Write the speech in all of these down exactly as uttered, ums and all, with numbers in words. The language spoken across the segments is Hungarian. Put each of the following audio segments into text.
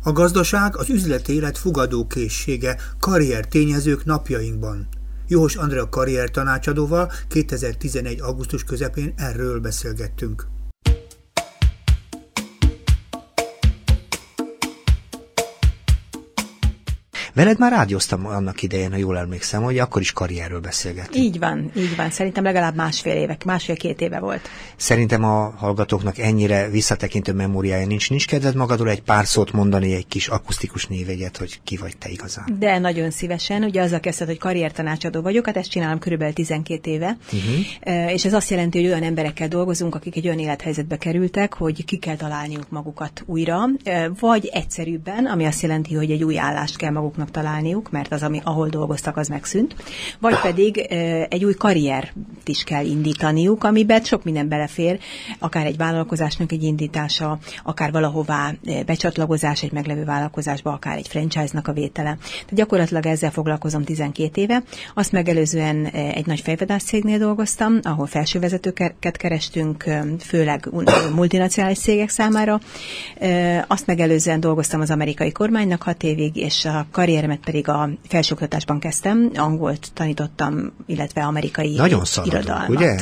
A gazdaság, az üzleti élet fogadókészsége, karriertényezők napjainkban. Juhos Andrea karrier tanácsadóval kétezer-tizenegy. augusztus közepén erről beszélgettünk. Veled már rádióztam annak idején, ha jól emlékszem, hogy akkor is karrierről beszélgettünk. Így van, így van. Szerintem legalább másfél évek, másfél-két éve volt. Szerintem a hallgatóknak ennyire visszatekintő memóriája nincs. Nincs kedved magadról egy pár szót mondani, egy kis akusztikus névjegyet, hogy ki vagy te igazán? De nagyon szívesen. Ugye azzal kezdted, hogy karriertanácsadó vagyok, hát ezt csinálom körülbelül tizenkét éve. Uh-huh. És ez azt jelenti, hogy olyan emberekkel dolgozunk, akik egy olyan élethelyzetbe kerültek, hogy ki kell találniuk magukat újra, vagy egyszerűbben, ami azt jelenti, hogy egy új állást kell maguknak találniuk, mert az, ami, ahol dolgoztak, az megszűnt, vagy pedig e, egy új karriert is kell indítaniuk, amiben sok minden belefér, akár egy vállalkozásnak egy indítása, akár valahová becsatlakozás egy meglevő vállalkozásba, akár egy franchise-nak a vétele. Tehát gyakorlatilag ezzel foglalkozom tizenkét éve. Azt megelőzően egy nagy fejvadász cégnél dolgoztam, ahol felsővezetőket kerestünk, főleg multinacionális cégek számára. Azt megelőzően dolgoztam az amerikai kormánynak hat évig, és a karrieremet pedig a felsőoktatásban kezdtem, angolt tanítottam, illetve amerikai nagyon szaladunk, irodalmat. Ugye?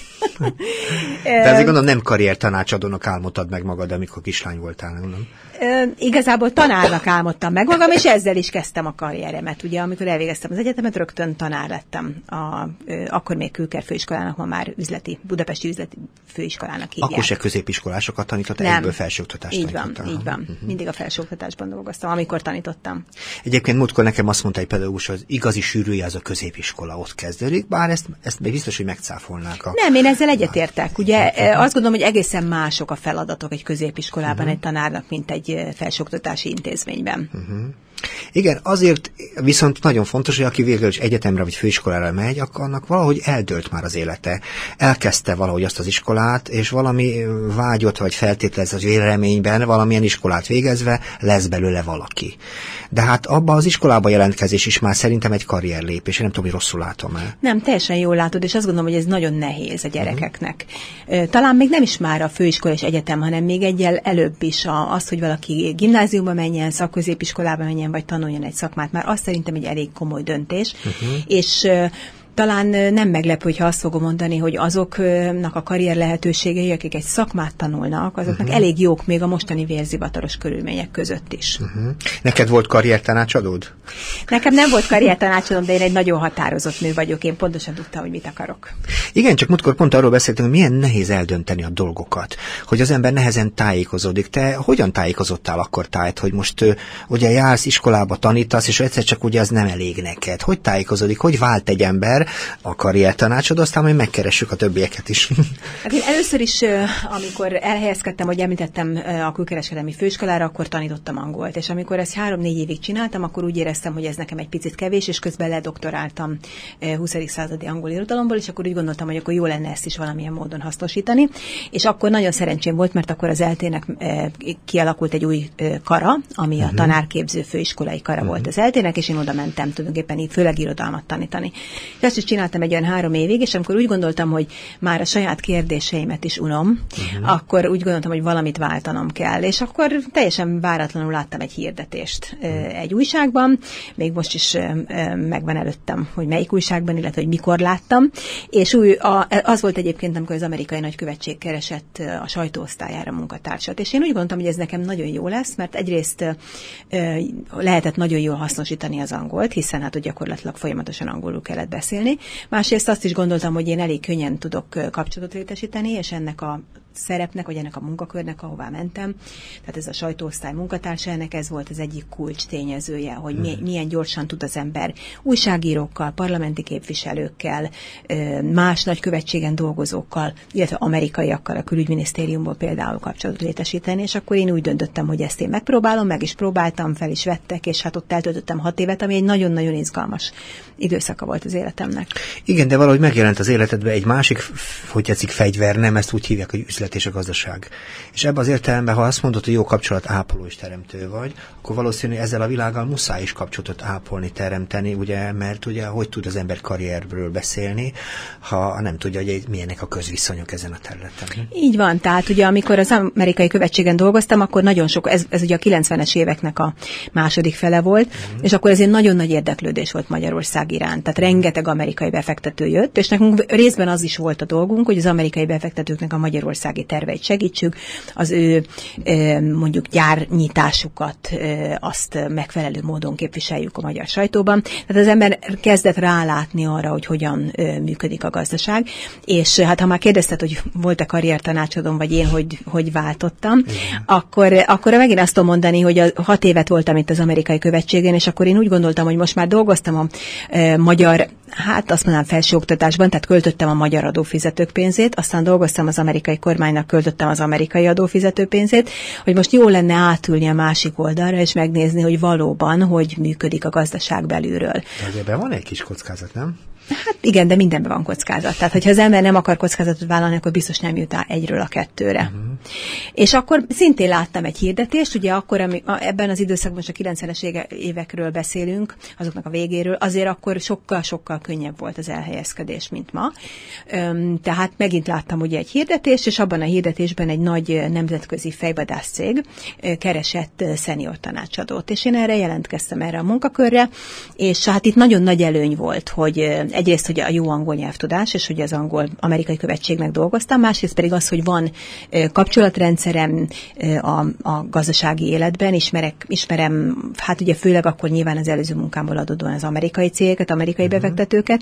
De azért gondolom nem karriertanácsadónak álmodtad meg magad, amikor kislány voltál, nem? E, igazából tanárnak álmodtam meg magam, és ezzel is kezdtem a karrieremet. Ugye, amikor elvégeztem az egyetemet, rögtön tanár lettem. A, e, akkor még Külker főiskolának, ma már üzleti, budapesti üzleti főiskolának hívják. Akkor se középiskolásokat tanított, egyből felsőoktatást így tanítottál. Van, így van. Uh-huh. Mindig a felsőoktatásban dolgoztam, amikor tanítottam. Egyébként múltkor nekem azt mondta egy pedagógus, hogy igazi sűrűje az a középiskola, ott kezdődik, bár ezt, ezt biztos, hogy megcáfolnák. A... Nem, én ezzel egyetértek. Ugye azt gondolom, hogy egészen mások a feladatok egy középiskolában uh-huh. egy tanárnak, mint egy felsőoktatási intézményben. Uh-huh. Igen, azért viszont nagyon fontos, hogy aki végül is egyetemre vagy főiskolára megy, akkor annak valahogy eldőlt már az élete. Elkezdte valahogy azt az iskolát, és valami vágyott vagy feltételez az véleményben, valamilyen iskolát végezve lesz belőle valaki. De hát abban az iskolába jelentkezés is már szerintem egy karrierlépés. Én nem tudom, hogy rosszul látom el. Nem, teljesen jól látod, és azt gondolom, hogy ez nagyon nehéz a gyerekeknek. Uh-huh. Talán még nem is már a főiskola és egyetem, hanem még egyel előbb is az, hogy valaki gimnáziumba menjen, szakközépiskolába menjen, vagy tanuljon egy szakmát, már azt szerintem egy elég komoly döntés, uh-huh. és talán nem meglepő, hogyha azt fogom mondani, hogy azoknak a karrier lehetőségei, akik egy szakmát tanulnak, azoknak uh-huh. elég jók még a mostani vérzivataros körülmények között is. Uh-huh. Neked volt karriertanácsadód? Nekem nem volt karriertanácsadóm, de én egy nagyon határozott nő vagyok. Én pontosan tudtam, hogy mit akarok. Igen, csak múltkor pont arról beszéltünk, hogy milyen nehéz eldönteni a dolgokat, hogy az ember nehezen tájékozódik. Te hogyan tájékozottál akkor tájt, hogy most ugye jársz iskolába, tanítasz, és egyszer csak ugye az nem elég neked. Hogy tájékozódik, hogy vált egy ember a karriertanácsadó, aztán majd megkeressük a többieket is. Hát én először is, amikor elhelyezkedtem, hogy említettem a külkereskedelmi főiskolára, akkor tanítottam angolt, és amikor ezt három-négy évig csináltam, akkor úgy éreztem, hogy ez nekem egy picit kevés, és közben ledoktoráltam huszadik századi angol irodalomból, és akkor úgy gondoltam, hogy akkor jó lenne ezt is valamilyen módon hasznosítani, és akkor nagyon szerencsém volt, mert akkor az eltének kialakult egy új kara, ami uh-huh. a tanárképző főiskolai kara uh-huh. volt az eltének, és én oda mentem tulajdonképpen így főleg irodalmat tanítani. És ezt is csináltam egy olyan három évig, és amikor úgy gondoltam, hogy már a saját kérdéseimet is unom, uh-huh. akkor úgy gondoltam, hogy valamit váltanom kell. És akkor teljesen váratlanul láttam egy hirdetést uh-huh. egy újságban, még most is megvan előttem, hogy melyik újságban, illetve hogy mikor láttam, és úgy, a, az volt egyébként, amikor az amerikai nagykövetség keresett a sajtóosztályára munkatársat, és én úgy gondoltam, hogy ez nekem nagyon jó lesz, mert egyrészt lehetett nagyon jól hasznosítani az angolt, hiszen hát gyakorlatilag folyamatosan angolul kellett beszélni. Másrészt azt is gondoltam, hogy én elég könnyen tudok kapcsolatot létesíteni, és ennek a szerepnek, vagy ennek a munkakörnek, ahová mentem. Tehát ez a sajtóosztály munkatársa, ennek ez volt az egyik kulcs tényezője, hogy mi, milyen gyorsan tud az ember újságírókkal, parlamenti képviselőkkel, más nagykövetségen dolgozókkal, illetve amerikaiakkal, a külügyminisztériumból például kapcsolatot létesíteni, és akkor én úgy döntöttem, hogy ezt én megpróbálom, meg is próbáltam, fel is vettek, és hát ott eltöltöttem hat évet, ami egy nagyon-nagyon izgalmas időszaka volt az életemnek. Igen, de valahogy megjelent az életedben egy másik, hogy tetszik, fegyver, nem ezt úgy hívják, hogy üzlet és a gazdaság. És ebben az értelemben, ha azt mondod, hogy jó kapcsolat ápoló és teremtő vagy, akkor valószínű, hogy ezzel a világgal muszáj is kapcsolatot ápolni, teremteni, ugye, mert ugye hogy tud az ember karrierről beszélni, ha nem tudja, hogy milyenek a közviszonyok ezen a területen. Így van, tehát ugye amikor az amerikai követségen dolgoztam, akkor nagyon sok, ez, ez ugye a kilencvenes éveknek a második fele volt, mm. és akkor ezért nagyon nagy érdeklődés volt Magyarország iránt. Tehát rengeteg amerikai befektető jött, és nekünk részben az is volt a dolgunk, hogy az amerikai befektetőknek a magyarországi terveit segítsük, az ő mondjuk gyárnyitásukat azt megfelelő módon képviseljük a magyar sajtóban. Tehát az ember kezdett rálátni arra, hogy hogyan működik a gazdaság, és hát ha már kérdezted, hogy volt-e karriertanácsadóm, vagy én hogy, hogy váltottam, akkor, akkor megint azt tudom mondani, hogy a hat évet voltam itt az amerikai követségen, és akkor én úgy gondoltam, hogy most már dolgoztam a e, magyar, hát azt mondanám felsőoktatásban, tehát költöttem a magyar adófizetők pénzét, aztán dolgoztam az amerikai kormánynak, költöttem az amerikai adófizető pénzét, hogy most jó lenne átülni a másik oldalra, és megnézni, hogy valóban, hogy működik a gazdaság belülről. De azért van egy kis kockázat, nem? Hát igen, de mindenben van kockázat. Tehát, hogyha az ember nem akar kockázatot vállalni, akkor biztos nem jut egyről a kettőre. Uh-huh. És akkor szintén láttam egy hirdetést, ugye akkor, ami, ebben az időszakban, most a kilencvenes évekről beszélünk, azoknak a végéről, azért akkor sokkal-sokkal könnyebb volt az elhelyezkedés, mint ma. Üm, tehát megint láttam ugye egy hirdetést, és abban a hirdetésben egy nagy nemzetközi fejvadász cég keresett szenior tanácsadót, és én erre jelentkeztem erre a munkakörre, és hát itt nagyon nagy előny volt, hogy egyrészt, hogy a jó angol nyelvtudás, és hogy az angol amerikai követségnek dolgoztam, másrészt pedig az, hogy van kapcsolatrendszerem a, a gazdasági életben, ismerek, ismerem, hát ugye főleg akkor nyilván az előző munkámból adódóan az amerikai cégeket, amerikai uh-huh. befektetőket,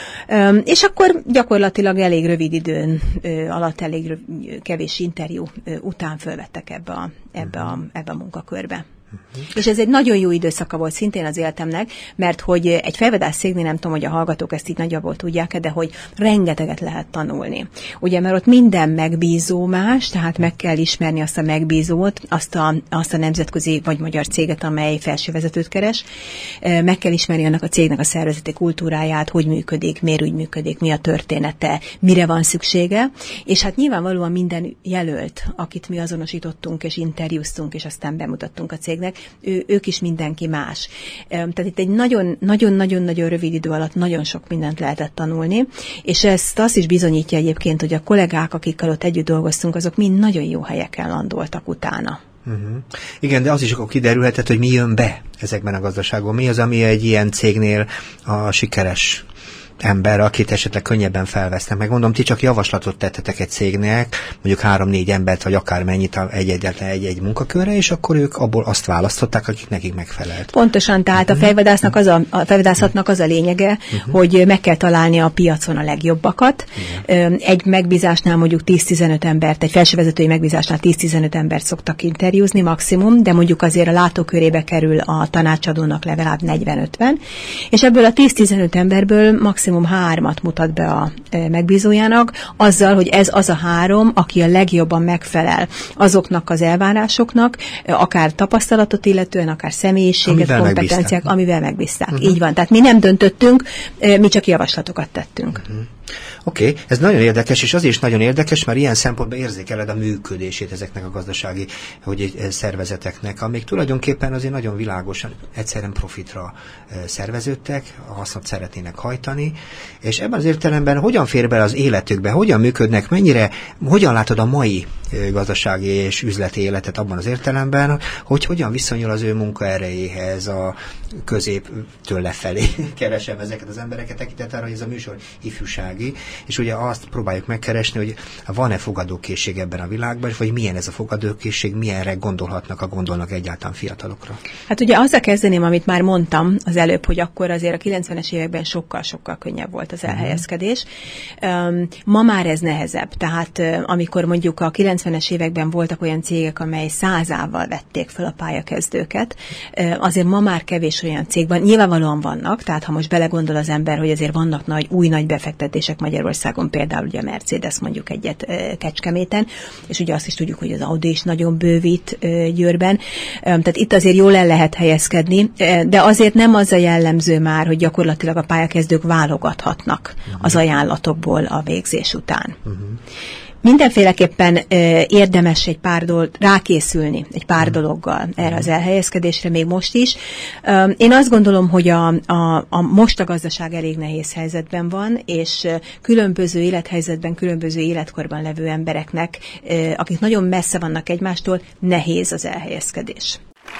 és akkor gyakorlatilag elég rövid időn alatt, elég rövid, kevés interjú után fölvettek ebbe a, ebbe a, ebbe a munkakörbe. Uh-huh. És ez egy nagyon jó időszaka volt szintén az életemnek, mert hogy egy fejvadász cégnél, nem tudom, hogy a hallgatók ezt így nagyjából tudják, de hogy rengeteget lehet tanulni. Ugye, mert ott minden megbízó más, tehát meg kell ismerni azt a megbízót, azt a, azt a nemzetközi vagy magyar céget, amely felsővezetőt keres. Meg kell ismerni annak a cégnek a szervezeti kultúráját, hogy működik, miért úgy működik, mi a története, mire van szüksége. És hát nyilvánvalóan minden jelölt, akit mi azonosítottunk és interjúztunk, és aztán bemutattunk a cégnek, Ő, ők is mindenki más. Tehát itt egy nagyon-nagyon-nagyon rövid idő alatt nagyon sok mindent lehetett tanulni, és ezt azt is bizonyítja egyébként, hogy a kollégák, akikkel ott együtt dolgoztunk, azok mind nagyon jó helyeken landoltak utána. Uh-huh. Igen, de az is akkor kiderülhetett, hogy mi jön be ezekben a gazdaságban. Mi az, ami egy ilyen cégnél a sikeres ember, akit esetleg könnyebben felvesznek. Meg mondom, ti csak javaslatot tettetek egy cégnek, mondjuk három-négy embert, vagy akármennyit egy-egyetlen egy-egy munkakörre, és akkor ők abból azt választották, akik nekik megfelelt. Pontosan, tehát uh-huh. a fejvadásznak az a, a fejvadászatnak az a lényege, uh-huh. hogy meg kell találni a piacon a legjobbakat. Uh-huh. Egy megbízásnál mondjuk tíz-tizenöt embert, egy felsővezetői megbízásnál tíz-tizenöt embert szoktak interjúzni maximum, de mondjuk azért a látókörébe kerül a tanácsadónak legalább negyven-ötven, és ebből a tíz-tizenöt emberből maximum hármat mutat be a megbízójának, azzal, hogy ez az a három, aki a legjobban megfelel azoknak az elvárásoknak, akár tapasztalatot illetően, akár személyiséget, amivel kompetenciák, megbízták. amivel megbízták. Uh-huh. Így van. Tehát mi nem döntöttünk, mi csak javaslatokat tettünk. Uh-huh. Oké, okay. Ez nagyon érdekes, és azért is nagyon érdekes, mert ilyen szempontból érzékeled a működését ezeknek a gazdasági hogy szervezeteknek, amik tulajdonképpen azért nagyon világosan egyszerűen profitra szerveződtek, a hasznot szeretnének hajtani, és ebben az értelemben hogyan fér bele az életükbe, hogyan működnek, mennyire, hogyan látod a mai gazdasági és üzleti életet abban az értelemben, hogy hogyan viszonyul az ő munkaerejéhez, a középtől lefelé keresem ezeket az embereket, tekintettel arra, hogy ez a műsor ifjúsági, és ugye azt próbáljuk megkeresni, hogy van-e fogadókészség ebben a világban, vagy milyen ez a fogadókészség, milyenre gondolhatnak, a gondolnak egyáltalán fiatalokra. Hát ugye azzal kezdeném, amit már mondtam az előbb, hogy akkor azért a kilencvenes években sokkal-sokkal könnyebb volt az elhelyezkedés. Um, ma már ez nehezebb. Tehát uh, amikor mondjuk a kilencvenes években voltak olyan cégek, amely százával vették fel a pályakezdőket, uh, azért ma már kevés olyan cég van. Nyilvánvalóan vannak, tehát ha most belegondol az ember, hogy azért vannak nagy, új nagy befektetések Magyarországon, például ugye a Mercedes mondjuk egyet uh, Kecskeméten, és ugye azt is tudjuk, hogy az Audi is nagyon bővít uh, Győrben. Um, tehát itt azért jól el lehet helyezkedni, uh, de azért nem az a jellemző már, hogy gyakorlatilag a pályakezdők válogathatnak uh-huh. az ajánlatokból a végzés után. Uh-huh. Mindenféleképpen ö, érdemes egy pár dolog, rákészülni egy pár dologgal erre az elhelyezkedésre, még most is. Ö, én azt gondolom, hogy a, a, a most a gazdaság elég nehéz helyzetben van, és különböző élethelyzetben, különböző életkorban levő embereknek, ö, akik nagyon messze vannak egymástól, nehéz az elhelyezkedés.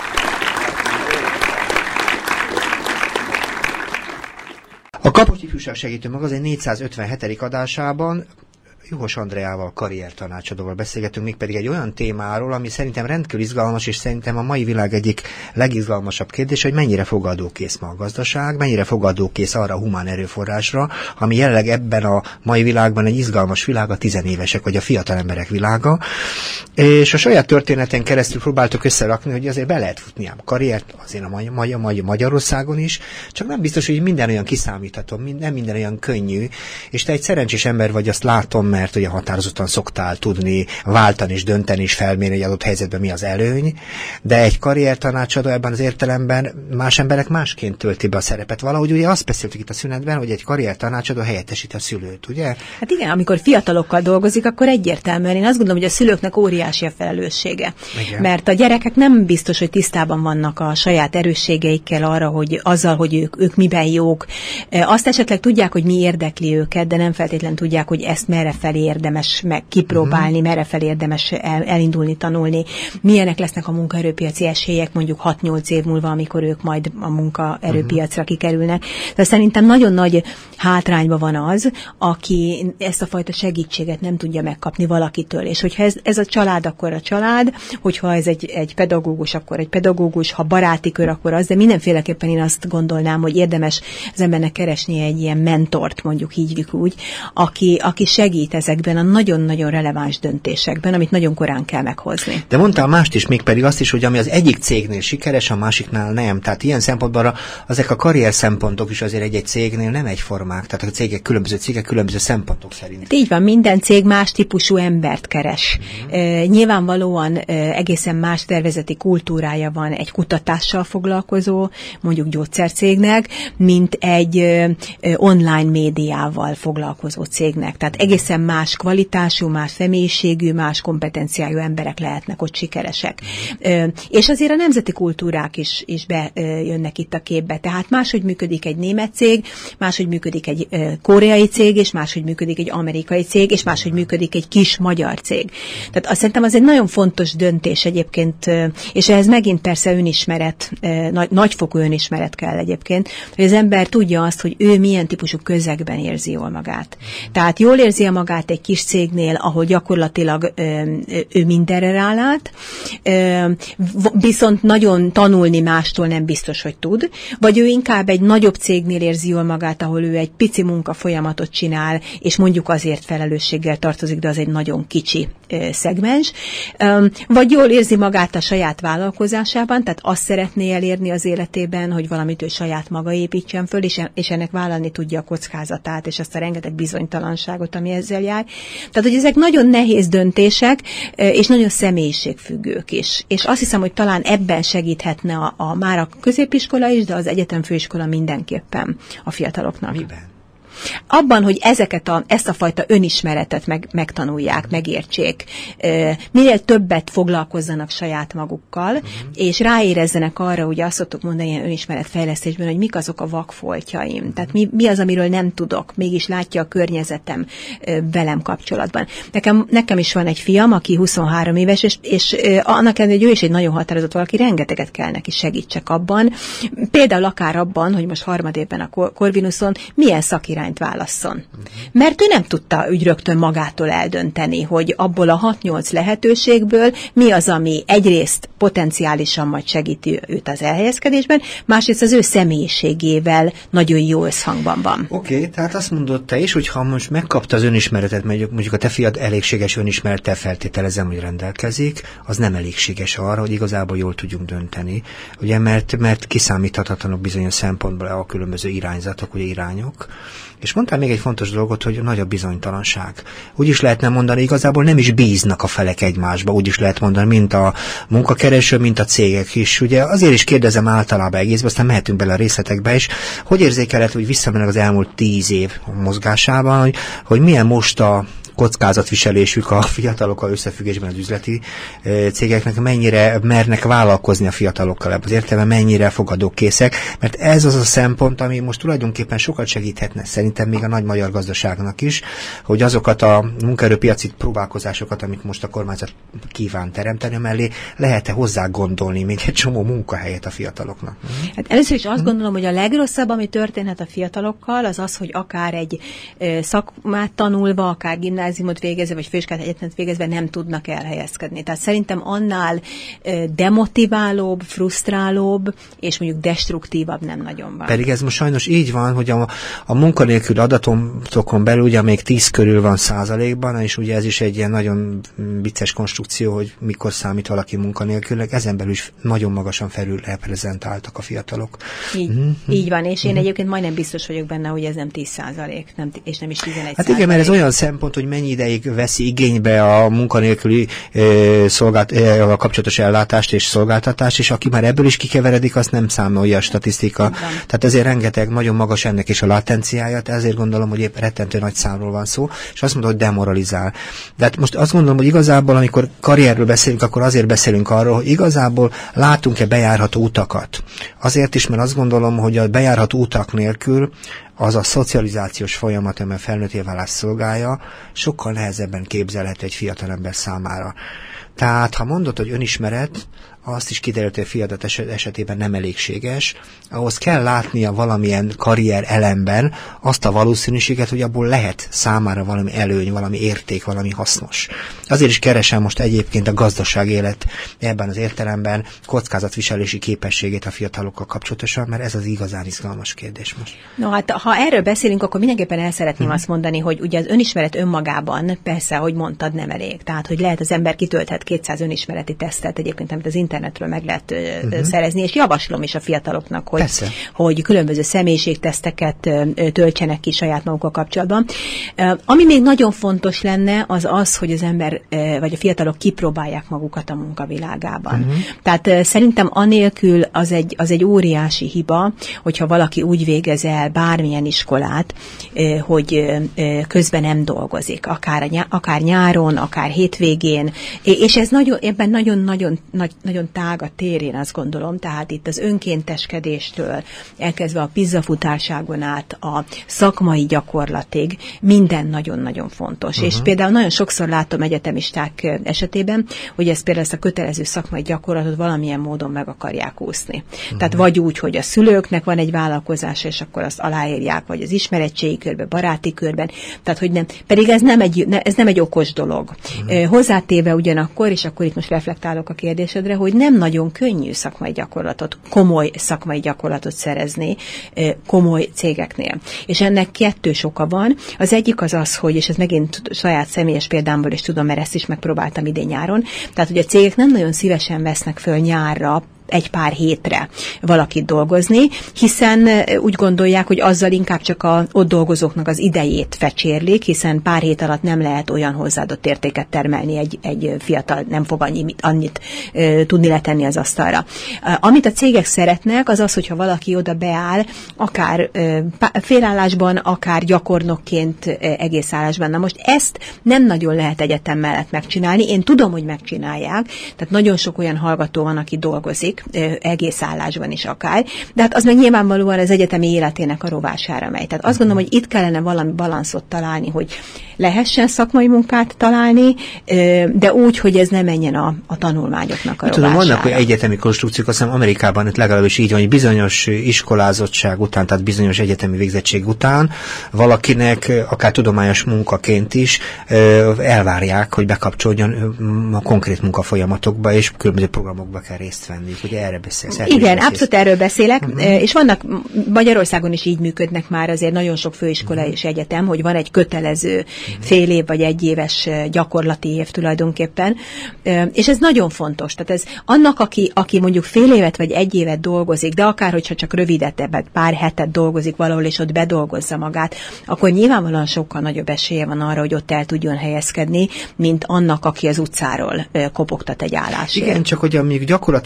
A Kapocs Ifjúság Segítő Magazin négyszázötvenhetedik adásában Juhos Andreával, karriertanácsadóval beszélgetünk, mégpedig egy olyan témáról, ami szerintem rendkívül izgalmas, és szerintem a mai világ egyik legizgalmasabb kérdés, hogy mennyire fogadókész ma a gazdaság, mennyire fogadókész arra a humán erőforrásra, ami jelenleg ebben a mai világban egy izgalmas világ, a tizenévesek vagy a fiatal emberek világa. És a saját történeten keresztül próbáltuk összerakni, hogy azért be lehet futni ám karriert, azért a Magy- Magy- Magyarországon is, csak nem biztos, hogy minden olyan kiszámítható, nem minden olyan könnyű, és te egy szerencsés ember vagy, azt látom, mert ugye határozottan szoktál tudni váltani és dönteni és felmérni, egy adott helyzetben mi az előny, de egy karriertanácsadó ebben az értelemben más emberek másként tölti be a szerepet. Valahogy ugye azt beszéltük itt a szünetben, hogy egy karriertanácsadó helyettesít a szülőt, ugye? Hát igen, amikor fiatalokkal dolgozik, akkor egyértelműen én azt gondolom, hogy a szülőknek óriási a felelőssége. Igen. Mert a gyerekek nem biztos, hogy tisztában vannak a saját erősségeikkel arra, hogy azzal, hogy ők, ők miben jók. Azt esetleg tudják, hogy mi érdekli őket, de nem feltétlenül tudják, hogy ezt merre felé érdemes meg kipróbálni, uh-huh. merre felé érdemes el, elindulni, tanulni, milyenek lesznek a munkaerőpiaci esélyek mondjuk hat-nyolc év múlva, amikor ők majd a munkaerőpiacra uh-huh. kikerülnek. De szerintem nagyon nagy hátrányban van az, aki ezt a fajta segítséget nem tudja megkapni valakitől. És hogyha ez, ez a család, akkor a család, hogyha ez egy, egy pedagógus, akkor egy pedagógus, ha baráti kör, akkor az, de mindenféleképpen én azt gondolnám, hogy érdemes az embernek keresnie egy ilyen mentort, mondjuk hívjuk úgy, aki, aki segít ezekben a nagyon-nagyon releváns döntésekben, amit nagyon korán kell meghozni. De mondtál mást is, mégpedig azt is, hogy ami az egyik cégnél sikeres, a másiknál nem. Tehát ilyen szempontból ezek a karrier szempontok is azért egy-egy cégnél nem egyformák. Tehát a cégek, különböző cégek különböző szempontok szerint. Így van, minden cég más típusú embert keres. Uh-huh. E, nyilvánvalóan e, egészen más szervezeti kultúrája van egy kutatással foglalkozó, mondjuk gyógyszercégnek, mint egy e, online médiával foglalkozó cégnek. Tehát egészen más kvalitású, más személyiségű, más kompetenciájú emberek lehetnek ott sikeresek. Uh-huh. És azért a nemzeti kultúrák is, is bejönnek itt a képbe. Tehát máshogy működik egy német cég, máshogy működik egy koreai cég, és máshogy működik egy amerikai cég, és máshogy működik egy kis magyar cég. Tehát azt szerintem az egy nagyon fontos döntés egyébként, és ehhez megint persze önismeret, nagy, nagyfokú önismeret kell egyébként, hogy az ember tudja azt, hogy ő milyen típusú közegben érzi jól magát. Tehát jól érzi magát egy kis cégnél, ahol gyakorlatilag ő mindenre rálát, viszont nagyon tanulni mástól nem biztos, hogy tud, vagy ő inkább egy nagyobb cégnél érzi jól magát, ahol ő egy pici munkafolyamatot csinál, és mondjuk azért felelősséggel tartozik, de az egy nagyon kicsi szegmens, vagy jól érzi magát a saját vállalkozásában, tehát azt szeretné elérni az életében, hogy valamit ő saját maga építsen föl, és ennek vállalni tudja a kockázatát, és azt a rengeteg bizonytalanságot, ami ezzel jár. Tehát, hogy ezek nagyon nehéz döntések, és nagyon személyiségfüggők is. És azt hiszem, hogy talán ebben segíthetne a, a már a középiskola is, de az egyetemfőiskola mindenképpen a fiataloknak. Miben? Abban, hogy ezeket a, ezt a fajta önismeretet meg, megtanulják, megértsék, minél többet foglalkozzanak saját magukkal, uh-huh. és ráérezzenek arra, ugye azt szoktuk mondani ilyen önismeretfejlesztésben, hogy mik azok a vakfoltjaim, uh-huh. tehát mi, mi az, amiről nem tudok, mégis látja a környezetem velem kapcsolatban. Nekem, nekem is van egy fiam, aki huszonhárom éves, és, és annak ellenére, hogy ő is egy nagyon határozott valaki, rengeteget kell neki segítsek abban, például akár abban, hogy most harmadévben a Corvinuson milyen szakirányt válasszon. Uh-huh. Mert ő nem tudta úgy rögtön magától eldönteni, hogy abból a hat-nyolc lehetőségből mi az, ami egyrészt potenciálisan majd segíti őt az elhelyezkedésben, másrészt az ő személyiségével nagyon jó összhangban van. Oké, okay, tehát azt mondod te is, hogy ha most megkapta az önismeretet, mondjuk, mondjuk a te fiad elégséges önismerettel feltételezem, hogy rendelkezik, az nem elégséges arra, hogy igazából jól tudjunk dönteni. Ugye, mert, mert kiszámíthatatlanok bizonyos szempontból a különböző irányzatok, ugye irányok. És mondtál még egy fontos dolgot, hogy nagy a bizonytalanság. Úgy is lehetne mondani, igazából nem is bíznak a felek egymásba, úgy is lehet mondani, mint a munkakereső, mint a cégek is. Ugye azért is kérdezem általában egészben, aztán mehetünk bele a részletekbe is, hogy érzékelhet, hogy visszamennek az elmúlt tíz év mozgásában, hogy, hogy milyen most a kockázatviselésük a fiatalokkal összefüggésben az üzleti cégeknek, mennyire mernek vállalkozni a fiatalokkal ebben az értelemben, mennyire fogadókészek, mert ez az a szempont, ami most tulajdonképpen sokat segíthetne szerintem még a nagy magyar gazdaságnak is, hogy azokat a munkaerőpiaci próbálkozásokat, amit most a kormányzat kíván teremteni mellé, lehet-e hozzá gondolni még egy csomó munkahelyet a fiataloknak? Hát először is azt gondolom, hogy a legrosszabb, ami történhet a fiatalokkal, az az, hogy akár egy szakmát tanulva, akár gimnáziumot végezve, vagy főiskolát, egyetemet végezve nem tudnak elhelyezkedni. Tehát szerintem annál demotiválóbb, frusztrálóbb, és mondjuk destruktívabb nem nagyon van. Pedig ez most sajnos így van, hogy a, a munkanélkül adatokon belül ugye még tíz körül van százalékban, és ugye ez is egy ilyen nagyon vicces konstrukció, hogy mikor számít valaki munkanélkülnek, ezen belül is nagyon magasan felül reprezentáltak a fiatalok. Így, mm-hmm. így van, és én mm-hmm. egyébként majdnem biztos vagyok benne, hogy ez nem tíz százalék, nem, és nem is tizenegy százalék. Hát igen, mert ez olyan szempont, hogy mennyi ideig veszi igénybe a munkanélküli e, szolgált, e, a kapcsolatos ellátást és szolgáltatást, és aki már ebből is kikeveredik, azt nem számolja a statisztika. Tehát ezért rengeteg, nagyon magas ennek is a latenciája, ezért gondolom, hogy épp rettentő nagy számról van szó, és azt mondom, hogy demoralizál. De hát most azt gondolom, hogy igazából, amikor karrierről beszélünk, akkor azért beszélünk arról, hogy igazából látunk-e bejárható utakat. Azért is, mert azt gondolom, hogy a bejárható utak nélkül az a szocializációs folyamat, amely felnőtté válás szolgálja, sokkal nehezebben képzelhető egy fiatalember számára. Tehát, ha mondod, hogy önismeret, azt is kiderült, hogy a fiatal esetében nem elégséges, ahhoz kell látnia valamilyen karrier elemben azt a valószínűséget, hogy abból lehet számára valami előny, valami érték, valami hasznos. Azért is keresem most egyébként a gazdaság élet ebben az értelemben kockázatviselési képességét a fiatalokkal kapcsolatosan, mert ez az igazán izgalmas kérdés most. No hát, ha erről beszélünk, akkor mindenképpen el szeretném hmm. azt mondani, hogy ugye az önismeret önmagában, persze, ahogy mondtad, nem elég. Tehát, hogy lehet az ember kitölthet kétszáz önismereti tesztet egyébként, amit az internetről meg lehet uh-huh. szerezni, és javaslom is a fiataloknak, hogy, hogy különböző személyiségteszteket töltsenek ki saját magukkal kapcsolatban. Ami még nagyon fontos lenne, az az, hogy az ember, vagy a fiatalok kipróbálják magukat a munkavilágában. Uh-huh. Tehát szerintem anélkül az egy, az egy óriási hiba, hogyha valaki úgy végez el bármilyen iskolát, hogy közben nem dolgozik, akár, ny- akár nyáron, akár hétvégén, és ez nagyon, ebben nagyon-nagyon nagy, nagyon tág a tér, én azt gondolom, tehát itt az önkénteskedéstől elkezdve a pizzafutárságon át a szakmai gyakorlatig minden nagyon-nagyon fontos. Uh-huh. És például nagyon sokszor látom egyetemisták esetében, hogy ez például ezt a kötelező szakmai gyakorlatot valamilyen módon meg akarják úszni. Uh-huh. Tehát vagy úgy, hogy a szülőknek van egy vállalkozása, és akkor azt aláírják, vagy az ismeretségi körben, baráti körben, tehát hogy nem, pedig ez nem egy, ne, ez nem egy okos dolog. Uh-huh. Hozzátéve ugyanakkor, és akkor itt most reflektálok a kérdésedre, hogy nem nagyon könnyű szakmai gyakorlatot, komoly szakmai gyakorlatot szerezni komoly cégeknél. És ennek kettős oka van. Az egyik az az, hogy, és ez megint saját személyes példámból is tudom, mert ezt is megpróbáltam idén nyáron, tehát hogy a cégek nem nagyon szívesen vesznek föl nyárra egy pár hétre valakit dolgozni, hiszen úgy gondolják, hogy azzal inkább csak a ott dolgozóknak az idejét fecsérlik, hiszen pár hét alatt nem lehet olyan hozzáadott értéket termelni, egy, egy fiatal nem fog annyi, annyit e, tudni letenni az asztalra. Amit a cégek szeretnek, az az, hogyha valaki oda beáll, akár e, félállásban, akár gyakornokként e, egész állásban. Na most ezt nem nagyon lehet egyetem mellett megcsinálni. Én tudom, hogy megcsinálják, tehát nagyon sok olyan hallgató van, aki dolgozik, egész állásban is akár, de hát az meg nyilvánvalóan az egyetemi életének a rovására megy. Tehát azt gondolom, hogy itt kellene valami balanszot találni, hogy lehessen szakmai munkát találni, de úgy, hogy ez ne menjen a, a tanulmányoknak a rovására. Tudom, vannak olyan egyetemi konstrukciók, azt hiszem Amerikában itt legalábbis így van, hogy bizonyos iskolázottság után, tehát bizonyos egyetemi végzettség után valakinek akár tudományos munkaként is elvárják, hogy bekapcsoljon a konkrét munkafolyamatokba, és különböző programokba kell részt venni. Ugye erre beszélsz? Igen, beszélsz. Abszolút erről beszélek, uh-huh. és vannak, Magyarországon is így működnek már azért nagyon sok főiskola uh-huh. és egyetem, hogy van egy kötelező uh-huh. fél év vagy egy éves gyakorlati év tulajdonképpen, és ez nagyon fontos. Tehát ez annak, aki, aki mondjuk fél évet vagy egy évet dolgozik, de akár, hogyha csak rövidebbet, pár hetet dolgozik valahol, és ott bedolgozza magát, akkor nyilvánvalóan sokkal nagyobb esélye van arra, hogy ott el tudjon helyezkedni, mint annak, aki az utcáról kopogtat egy állásért. Igen, csak hogy amíg gyakorlatról beszélünk,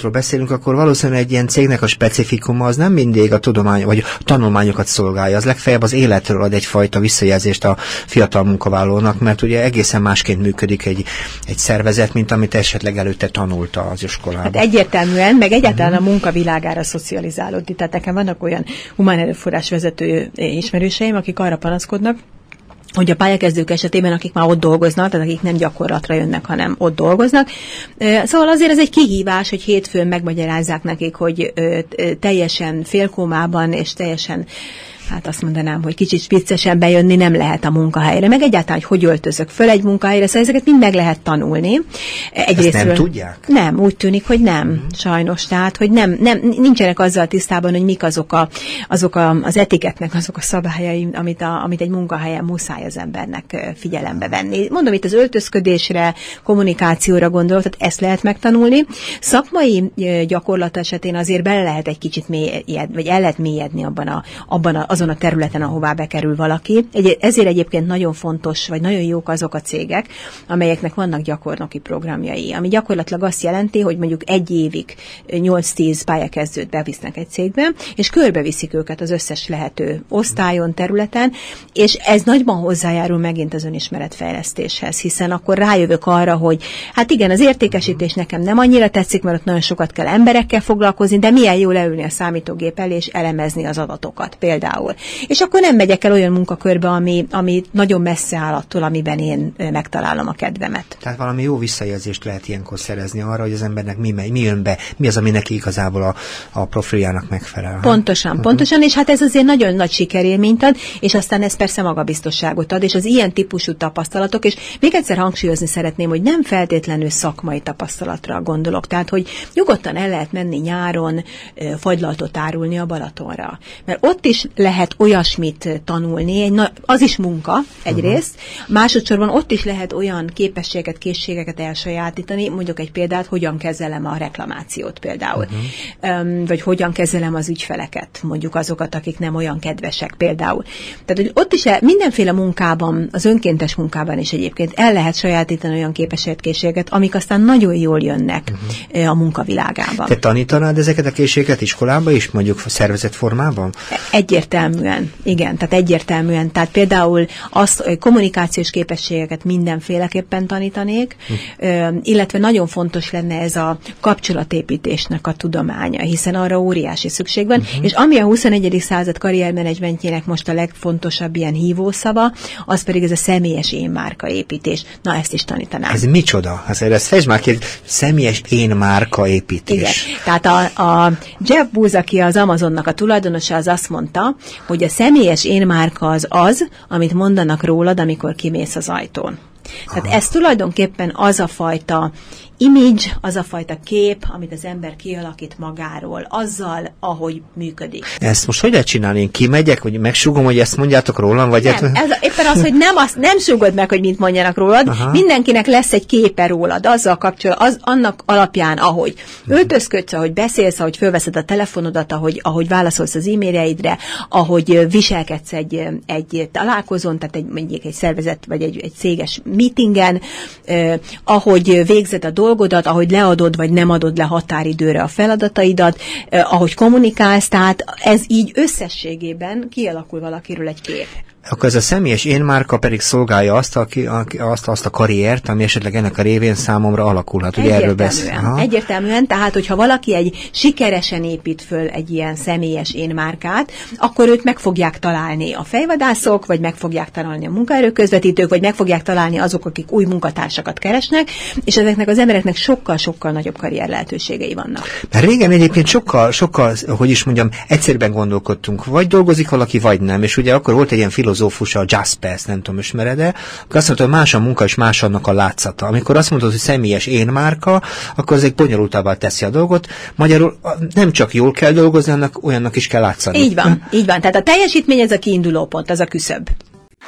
beszélünk, akkor valószínűleg egy ilyen cégnek a specifikuma az nem mindig a tudomány, vagy a tanulmányokat szolgálja, az legfeljebb az életről ad egyfajta visszajelzést a fiatal munkavállalónak, mert ugye egészen másként működik egy, egy szervezet, mint amit esetleg előtte tanulta az iskolában. Hát egyértelműen, meg egyáltalán a munkavilágára szocializálódni. Tehát nekem vannak olyan humán erőforrás vezető ismerőseim, akik arra panaszkodnak, hogy a pályakezdők esetében, akik már ott dolgoznak, tehát akik nem gyakorlatra jönnek, hanem ott dolgoznak. Szóval azért ez egy kihívás, hogy hétfőn megmagyarázzák nekik, hogy teljesen félkómában és teljesen, hát azt mondanám, hogy kicsit viccesen bejönni nem lehet a munkahelyre, meg egyáltalán, hogy hogy öltözök föl egy munkahelyre, szóval ezeket mind meg lehet tanulni. Ezt nem tudják? Nem, úgy tűnik, hogy nem, mm. sajnos. Tehát, hogy nem, nem, nincsenek azzal tisztában, hogy mik azok, a, azok a, az etiketnek, azok a szabályai, amit, a, amit egy munkahelyen muszáj az embernek figyelembe venni. Mondom, itt az öltözködésre, kommunikációra gondolok, tehát ezt lehet megtanulni. Szakmai gyakorlat esetén azért bele lehet egy kicsit mélyed, vagy el lehet mélyedni abban a, abban a azon a területen, ahová bekerül valaki. Egy, ezért egyébként nagyon fontos, vagy nagyon jók azok a cégek, amelyeknek vannak gyakornoki programjai, ami gyakorlatilag azt jelenti, hogy mondjuk egy évig nyolc-tíz pályakezdőt bevisznek egy cégbe, és körbeviszik őket az összes lehető osztályon, területen, és ez nagyban hozzájárul megint az önismeretfejlesztéshez, hiszen akkor rájövök arra, hogy hát igen, az értékesítés nekem nem annyira tetszik, mert ott nagyon sokat kell emberekkel foglalkozni, de milyen jó leülni a számítógép elé, és elemezni az adatokat például. És akkor nem megyek el olyan munkakörbe, ami, ami nagyon messze áll attól, amiben én megtalálom a kedvemet. Tehát valami jó visszajelzést lehet ilyenkor szerezni arra, hogy az embernek mi, mi jön be, mi az, ami neki igazából a, a profiljának megfelel. Pontosan, uh-huh. pontosan, és hát ez azért nagyon nagy sikerélményt ad, és aztán ez persze magabiztosságot ad, és az ilyen típusú tapasztalatok, és még egyszer hangsúlyozni szeretném, hogy nem feltétlenül szakmai tapasztalatra gondolok, tehát, hogy nyugodtan el lehet menni nyáron fagylaltot árulni a Balatonra. Mert ott is lehet olyasmit tanulni, egy na- az is munka egyrészt, uh-huh. másodszorban ott is lehet olyan képességeket, készségeket elsajátítani, mondjuk egy példát, hogyan kezelem a reklamációt például, uh-huh. um, vagy hogyan kezelem az ügyfeleket, mondjuk azokat, akik nem olyan kedvesek például. Tehát, hogy ott is el, mindenféle munkában, az önkéntes munkában is egyébként el lehet sajátítani olyan képességeket, készségeket, amik aztán nagyon jól jönnek uh-huh. a munkavilágában. Te tanítanád ezeket a készségeket iskolában is, mondjuk szervezett formában? Egyértelműen, igen, tehát egyértelműen. Tehát például azt, kommunikációs képességeket mindenféleképpen tanítanék, hm. illetve nagyon fontos lenne ez a kapcsolatépítésnek a tudománya, hiszen arra óriási szükség van, hm. és ami a huszonegyedik század karriermenedzsmentjének most a legfontosabb ilyen hívószava, az pedig ez a személyes énmárkaépítés. Na, ezt is tanítanám. Ez micsoda? Azért ezt fejtsd már ki, személyes énmárkaépítés. Igen, tehát a, a Jeff Bezos, aki az Amazonnak a tulajdonosa, az azt mondta, hogy a személyes énmárka az az, amit mondanak rólad, amikor kimész az ajtón. Tehát Aha. ez tulajdonképpen az a fajta image, az a fajta kép, amit az ember kialakít magáról, azzal, ahogy működik. Ezt most hogy lehet csinálni? Én kimegyek, vagy megsúgom, hogy ezt mondjátok rólam? Vagy nem, et... ez a, éppen az, hogy nem, azt, nem súgod meg, hogy mit mondjanak rólad, Aha. mindenkinek lesz egy képe rólad, azzal kapcsolatban, az, annak alapján, ahogy öltözködsz, ahogy beszélsz, ahogy fölveszed a telefonodat, ahogy, ahogy válaszolsz az e-mailjeidre, ahogy viselkedsz egy, egy találkozón, tehát egy, mondjuk egy szervezet, vagy egy, egy céges meetingen, eh, ahogy végzed a dolgodat, ahogy leadod, vagy nem adod le határidőre a feladataidat, eh, ahogy kommunikálsz, tehát ez így összességében kialakul valakiről egy kép. Akkor ez a személyes énmárka pedig szolgálja azt a, azt, azt a karriert, ami esetleg ennek a révén számomra alakulhat. Ugye erről beszél. Egyértelműen, tehát hogyha valaki egy sikeresen épít föl egy ilyen személyes énmárkát, akkor őt meg fogják találni a fejvadászok, vagy meg fogják találni a munkaerőközvetítők, vagy meg fogják találni azok, akik új munkatársakat keresnek, és ezeknek az embereknek sokkal-sokkal nagyobb karrier lehetőségei vannak. Mert régen egyébként sokkal, sokkal, hogy is mondjam, egyszerűen gondolkodtunk, vagy dolgozik valaki, vagy nem, és ugye akkor volt egy ilyen filozófia, a Jaspers, nem tudom, ismered-e, akkor azt mondta, hogy más a munka, és más annak a látszata. Amikor azt mondod, hogy személyes énmárka, akkor az egy bonyolultabbá teszi a dolgot. Magyarul nem csak jól kell dolgozni, annak olyannak is kell látszani. Így van, így van. Tehát a teljesítmény ez a kiinduló pont, az a küszöb.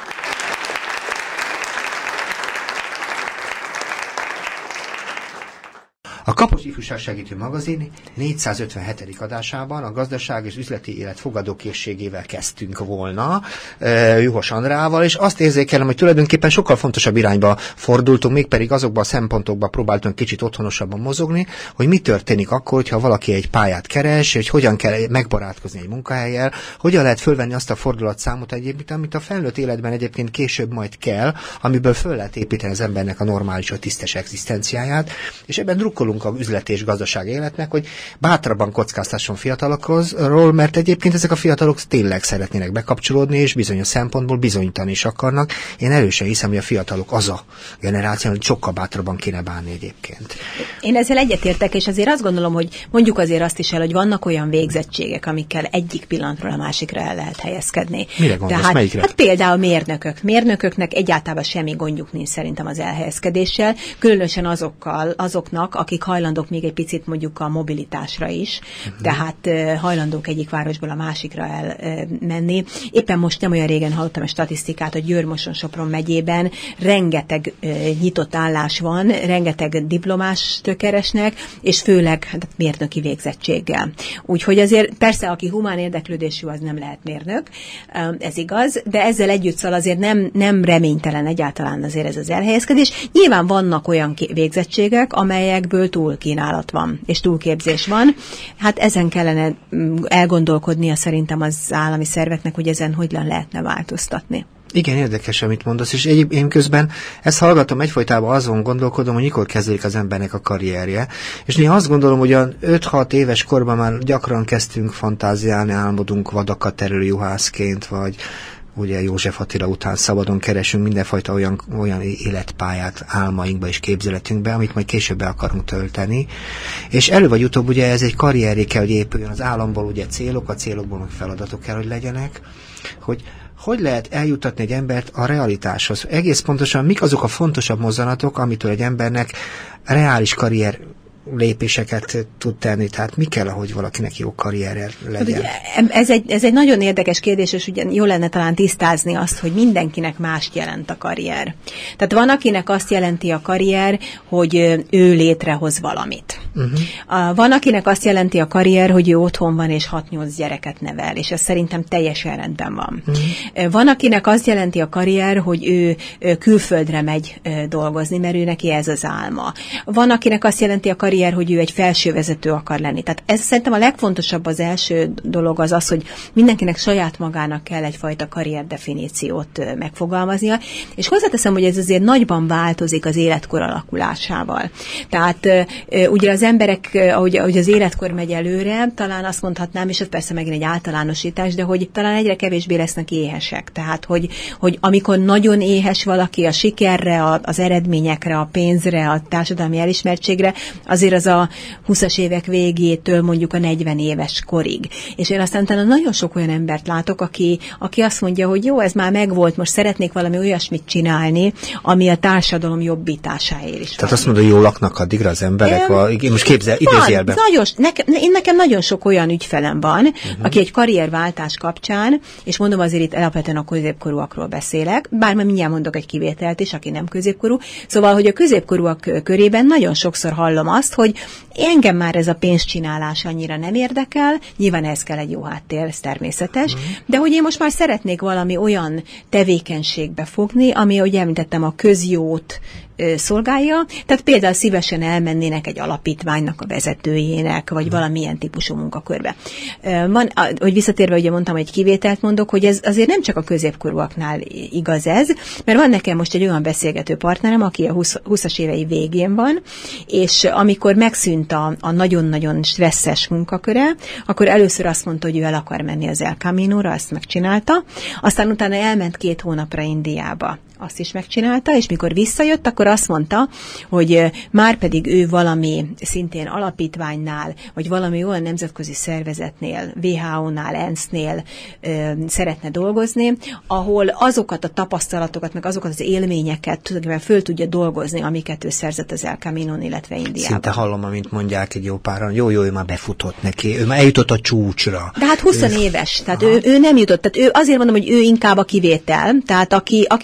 A A Kapos Ifjúság Segítő Magazin négyszázötvenhetedik adásában a gazdaság és üzleti élet fogadókészségével kezdtünk volna Juhos Andrával, és azt érzékelem, hogy tulajdonképpen sokkal fontosabb irányba fordultunk, mégpedig azokban a szempontokban próbáltunk kicsit otthonosabban mozogni, hogy mi történik akkor, hogyha valaki egy pályát keres, hogy hogyan kell megbarátkozni egy munkahellyel, hogyan lehet fölvenni azt a fordulatszámot egyébként, amit a felnőtt életben egyébként később majd kell, amiből föl lehet építeni az embernek a normális, vagy tisztes egzisztenciáját, és ebben drukkolunk a üzleti és gazdaság életnek, hogy bátrabban kockáztasson fiatalokról, mert egyébként ezek a fiatalok tényleg szeretnének bekapcsolódni, és bizonyos szempontból bizonyítani is akarnak. Én erősen hiszem, hogy a fiatalok az a generáció, hogy sokkal bátrabban kéne bánni egyébként. Én ezzel egyetértek, és azért azt gondolom, hogy mondjuk azért azt is el, hogy vannak olyan végzettségek, amikkel egyik pillanatról a másikra el lehet helyezkedni. Mire gondolsz? Tehát, Melyikre? Hát például mérnökök. Mérnököknek egyáltalán semmi gondjuk nincs szerintem az elhelyezkedéssel, különösen azokkal, azoknak, akik hajlandók még egy picit mondjuk a mobilitásra is, uh-huh. tehát uh, hajlandók egyik városból a másikra elmenni. Uh, Éppen most nem olyan régen hallottam a statisztikát, hogy Győr-Moson-Sopron megyében rengeteg uh, nyitott állás van, rengeteg diplomást keresnek, és főleg hát, mérnöki végzettséggel. Úgyhogy azért persze, aki humán érdeklődésű, az nem lehet mérnök, uh, ez igaz, de ezzel együtt szal azért nem, nem reménytelen egyáltalán azért ez az elhelyezkedés. Nyilván vannak olyan végzettségek, amelyekből túlkínálat van, és túlképzés van. Hát ezen kellene elgondolkodnia szerintem az állami szerveknek, hogy ezen hogyan lehetne változtatni. Igen, érdekes, amit mondasz, és egyéb, én közben ezt hallgatom, egyfolytában azon gondolkodom, hogy mikor kezdődik az embernek a karrierje, és néha azt gondolom, hogy olyan öt-hat éves korban már gyakran kezdtünk fantáziálni, álmodunk vadakat terülő juhászként, vagy ugye József Attila után szabadon keresünk mindenfajta olyan, olyan életpályát álmainkba és képzeletünkbe, amit majd később be akarunk tölteni. És elő vagy utóbb ugye ez egy karrieré kell, hogy épüljön az államból, ugye célok, a célokból meg feladatok kell, hogy legyenek, hogy hogy lehet eljutatni egy embert a realitáshoz. Egész pontosan mik azok a fontosabb mozzanatok, amitől egy embernek reális karrier lépéseket tud tenni, tehát mi kell, ahogy valakinek jó karrierje legyen? Ez egy, ez egy nagyon érdekes kérdés, és ugye jó lenne talán tisztázni azt, hogy mindenkinek mást jelent a karrier. Tehát van, akinek azt jelenti a karrier, hogy ő létrehoz valamit. Uh-huh. Van, akinek azt jelenti a karrier, hogy ő otthon van és hat-nyolc gyereket nevel, és ez szerintem teljesen rendben van. Uh-huh. Van, akinek azt jelenti a karrier, hogy ő külföldre megy dolgozni, mert ő neki ez az álma. Van, akinek azt jelenti a karrier, hogy ő egy felsővezető akar lenni. Tehát ez szerintem a legfontosabb az első dolog az az, hogy mindenkinek saját magának kell egyfajta karrierdefiníciót megfogalmaznia, és hozzáteszem, hogy ez azért nagyban változik az életkor alakulásával. Tehát ugye az emberek, ahogy, ahogy az életkor megy előre, talán azt mondhatnám, és ez persze megint egy általánosítás, de hogy talán egyre kevésbé lesznek éhesek. Tehát, hogy, hogy amikor nagyon éhes valaki a sikerre, a, az eredményekre, a pénzre, a társadalmi elismertségre, azért az a húszas évek végétől mondjuk a negyven éves korig. És én aztán utána nagyon sok olyan embert látok, aki, aki azt mondja, hogy jó, ez már megvolt, most szeretnék valami olyasmit csinálni, ami a társadalom jobbításáért is. Tehát van. Azt mondod, hogy jól laknak addigra az emberek? Um, vagy, most képzel, idézélbe. Nagyon, nekem, én nekem nagyon sok olyan ügyfelem van, uh-huh. aki egy karrierváltás kapcsán, és mondom azért itt alapvetően a középkorúakról beszélek, bár már mindjárt mondok egy kivételt is, aki nem középkorú. Szóval, hogy a középkorúak körében nagyon sokszor hallom azt, hogy engem már ez a pénzcsinálás annyira nem érdekel, nyilván ez kell egy jó háttér, ez természetes, uh-huh. de hogy én most már szeretnék valami olyan tevékenységbe fogni, ami, ahogy említettem, a közjót szolgálja, tehát például szívesen elmennének egy alapítványnak a vezetőjének, vagy valamilyen típusú munkakörbe. Van, hogy visszatérve, ugye mondtam, hogy egy kivételt mondok, hogy ez azért nem csak a középkorúaknál igaz ez, mert van nekem most egy olyan beszélgető partnerem, aki a húszas évei végén van, és amikor megszűnt a, a nagyon-nagyon stresszes munkaköre, akkor először azt mondta, hogy ő el akar menni az El Camino-ra, azt megcsinálta, aztán utána elment két hónapra Indiába. Azt is megcsinálta, és mikor visszajött, akkor azt mondta, hogy már pedig ő valami szintén alapítványnál, vagy valami olyan nemzetközi szervezetnél, vé há ó-nál, ENSZ-nél ö, szeretne dolgozni, ahol azokat a tapasztalatokat, meg azokat az élményeket tulajdonképpen föl tudja dolgozni, amiket ő szerzett az El Caminon, illetve Indiában. Szinte hallom, amint mondják egy jó páran, jó, jó, ő már befutott neki, ő már eljutott a csúcsra. De hát húsz ő... éves, tehát ő, ő nem jutott, tehát ő azért mondom, hogy ő inkább a kivétel, tehát aki, aki húsz éves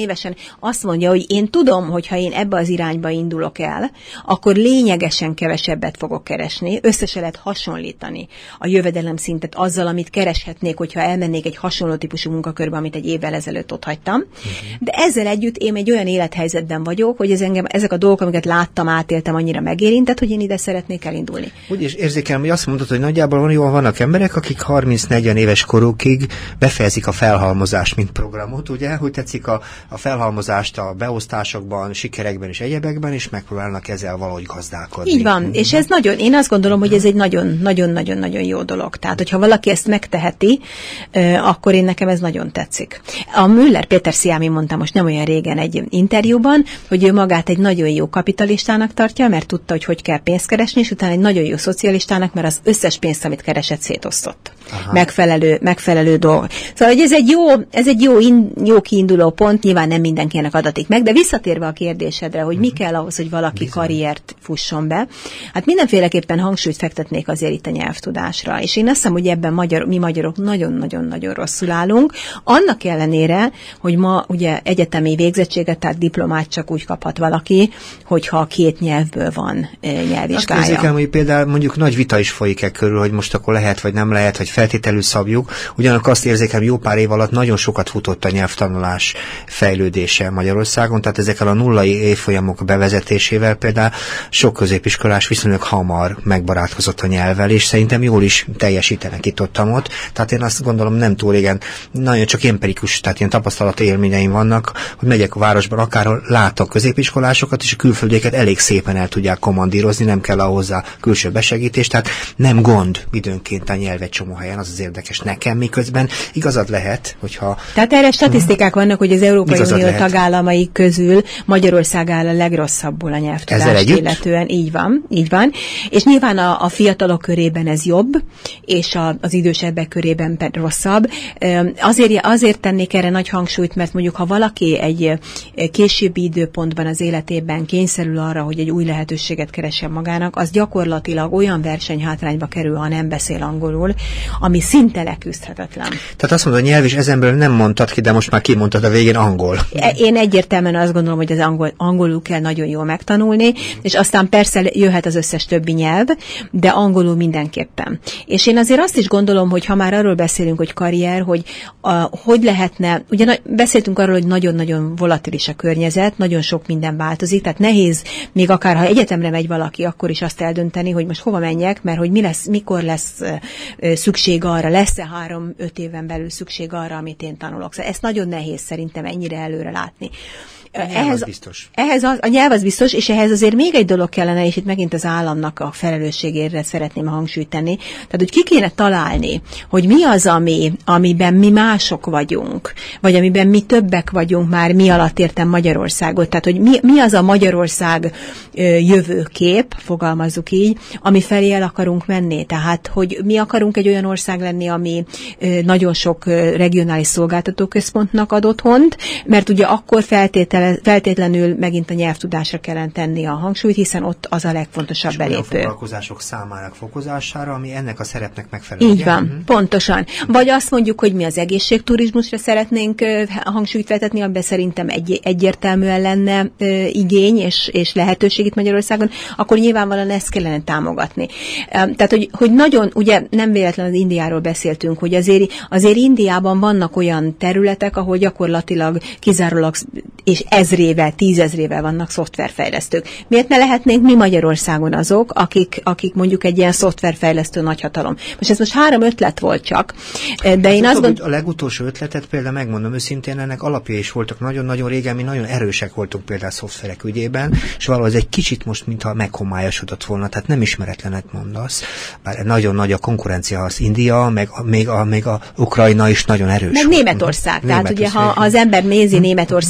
évesen azt mondja, hogy én tudom, hogy ha én ebbe az irányba indulok el, akkor lényegesen kevesebbet fogok keresni, össze se lehet hasonlítani a jövedelem szintet azzal, amit kereshetnék, hogyha elmennék egy hasonló típusú munkakörbe, amit egy évvel ezelőtt ott hagytam. Uh-huh. De ezzel együtt én egy olyan élethelyzetben vagyok, hogy ez engem, ezek a dolgok, amiket láttam, átéltem, annyira megérintett, hogy én ide szeretnék elindulni. Úgy is érzékelem, hogy azt mondod, hogy nagyjából van, jól vannak emberek, akik harminc-negyven éves korukig befejezik a felhalmozást, mint programot, ugye? Hogy tetszik a, a felhalmozást a beosztásokban, sikerekben és egyebekben, és megpróbálnak ezzel valahogy gazdálkodni. Így van, és ez nagyon, én azt gondolom, hogy ez egy nagyon-nagyon-nagyon jó dolog. Tehát, hogyha valaki ezt megteheti, akkor én nekem ez nagyon tetszik. A Müller Péter Sziámi mondta most nem olyan régen egy interjúban, hogy ő magát egy nagyon jó kapitalistának tartja, mert tudta, hogy hogy kell pénzt keresni, és utána egy nagyon jó szocialistának, mert az összes pénzt, amit keresett, szétosztott. Megfelelő, megfelelő dolog. Szóval, hogy ez egy jó, ez egy jó, in, jó kiinduló pont, nyilván nem mindenkinek adatik meg, de visszatérve a kérdésedre, hogy mi kell ahhoz, hogy valaki Bizony. karriert fusson be, hát mindenféleképpen hangsúlyt fektetnék azért itt a nyelvtudásra. És én azt hiszem, hogy ebben magyar, mi magyarok nagyon-nagyon-nagyon rosszul állunk. Annak ellenére, hogy ma ugye egyetemi végzettséget, tehát diplomát csak úgy kaphat valaki, hogyha két nyelvből van e, nyelvvizsgája. Azt érzékelem, hogy például mondjuk nagy vita is folyik-e körül, hogy most akkor lehet, vagy nem lehet, hogy feltételül szabjuk. Ugyanakkor azt érzékelem, jó pár év alatt nagyon sokat futott a nyelvtanulás fejlődése Magyarországon, tehát ezekkel a nullai évfolyamok bevezetésével például sok középiskolás viszonylag hamar megbarátkozott a nyelvvel, és szerintem jól is teljesítenek itt ott, ott. Tehát én azt gondolom, nem túl régen, nagyon csak empirikus, tehát ilyen tapasztalat élményeim vannak, hogy megyek a városban, akárhol látok középiskolásokat, és a külföldieket elég szépen el tudják kommandírozni, nem kell ahhoz a külső besegítés, tehát nem gond időnként a nyelv egy csomó helyen, az az érdekes nekem, miközben igazad lehet, hogyha... Tehát erre statisztikák vannak, hogy az Európai Unió lehet. tagállamai közül Magyarország áll a legrosszabbul a nyelvtudást illetően. Így van, így van. És nyilván a, a fiatalok körében ez jobb, és a, az idősebbek körében rosszabb. Azért, azért tennék erre nagy hangsúlyt, mert mondjuk, ha valaki egy későbbi időpontban az életében kényszerül arra, hogy egy új lehetőséget keressen magának, az gyakorlatilag olyan versenyhátrányba kerül, ha nem beszél angolul, ami szinte leküzdhetetlen. Tehát azt mondod, a nyelv is ezenből nem mondtad ki, de most már kimondtad a végén angol. Én egyértelműen azt gondolom, hogy az angol, angolul kell nagyon jól megtanulni, és aztán persze jöhet az összes többi nyelv, de angolul mindenképpen. És én azért azt is gondolom, hogy ha már arról beszélünk, hogy karrier, hogy a, hogy lehetne, ugye beszéltünk arról, hogy nagyon-nagyon volatilis a környezet, nagyon sok minden változik, tehát nehéz, még akár ha egyetemre megy valaki, akkor is azt eldönteni, hogy most hova menjek, mert hogy mi lesz, mikor lesz szükség arra, lesz-e három-öt éven belül szükség arra, amit én tanulok. Szóval ezt nagyon nehéz szerintem ennyire előre látni. A nyelv az biztos. Ehhez az, a nyelv az biztos, és ehhez azért még egy dolog kellene, és itt megint az államnak a felelősségére szeretném a hangsúlyt tenni. Tehát, hogy ki kéne találni, hogy mi az, ami, amiben mi mások vagyunk, vagy amiben mi többek vagyunk már, mi alatt értem Magyarországot. Tehát, hogy mi, mi az a Magyarország ö, jövőkép, fogalmazzuk így, ami felé el akarunk menni. Tehát, hogy mi akarunk egy olyan ország lenni, ami ö, nagyon sok ö, regionális szolgáltatóközpontnak ad otthont, mert ugye akkor feltétele feltétlenül megint a nyelvtudásra kellene tenni a hangsúlyt, hiszen ott az a legfontosabb és belépő. És a foglalkozások számának fokozására, ami ennek a szerepnek megfelel. Így van, mm-hmm. pontosan. Vagy azt mondjuk, hogy mi az egészségturizmusra szeretnénk uh, hangsúlyt vetetni, amiben szerintem egy, egyértelműen lenne uh, igény és, és lehetőség itt Magyarországon, akkor nyilvánvalóan ezt kellene támogatni. Uh, tehát, hogy, hogy nagyon, ugye nem véletlen az Indiáról beszéltünk, hogy azért, azért Indiában vannak olyan területek, ahol gyakorlatilag kizárólag és ezrével, tízezrével vannak szoftverfejlesztők. Miért ne lehetnénk mi Magyarországon azok, akik, akik mondjuk egy ilyen szoftverfejlesztő nagyhatalom? Most ez most három ötlet volt csak, de én azt gondolom... A legutolsó ötletet például megmondom őszintén, ennek alapja is voltak nagyon-nagyon régen, mi nagyon erősek voltunk például a szoftverek ügyében, és valahogy egy kicsit most, mintha meghomályosodott volna, tehát nem ismeretlenet mondasz, bár nagyon nagy a konkurencia, az India, meg a, még, a, még a Ukrajna is nagyon erős. Meg Németország, hm. tehát Németország. Ugye ha, ha az ember nézi hm. Németországot,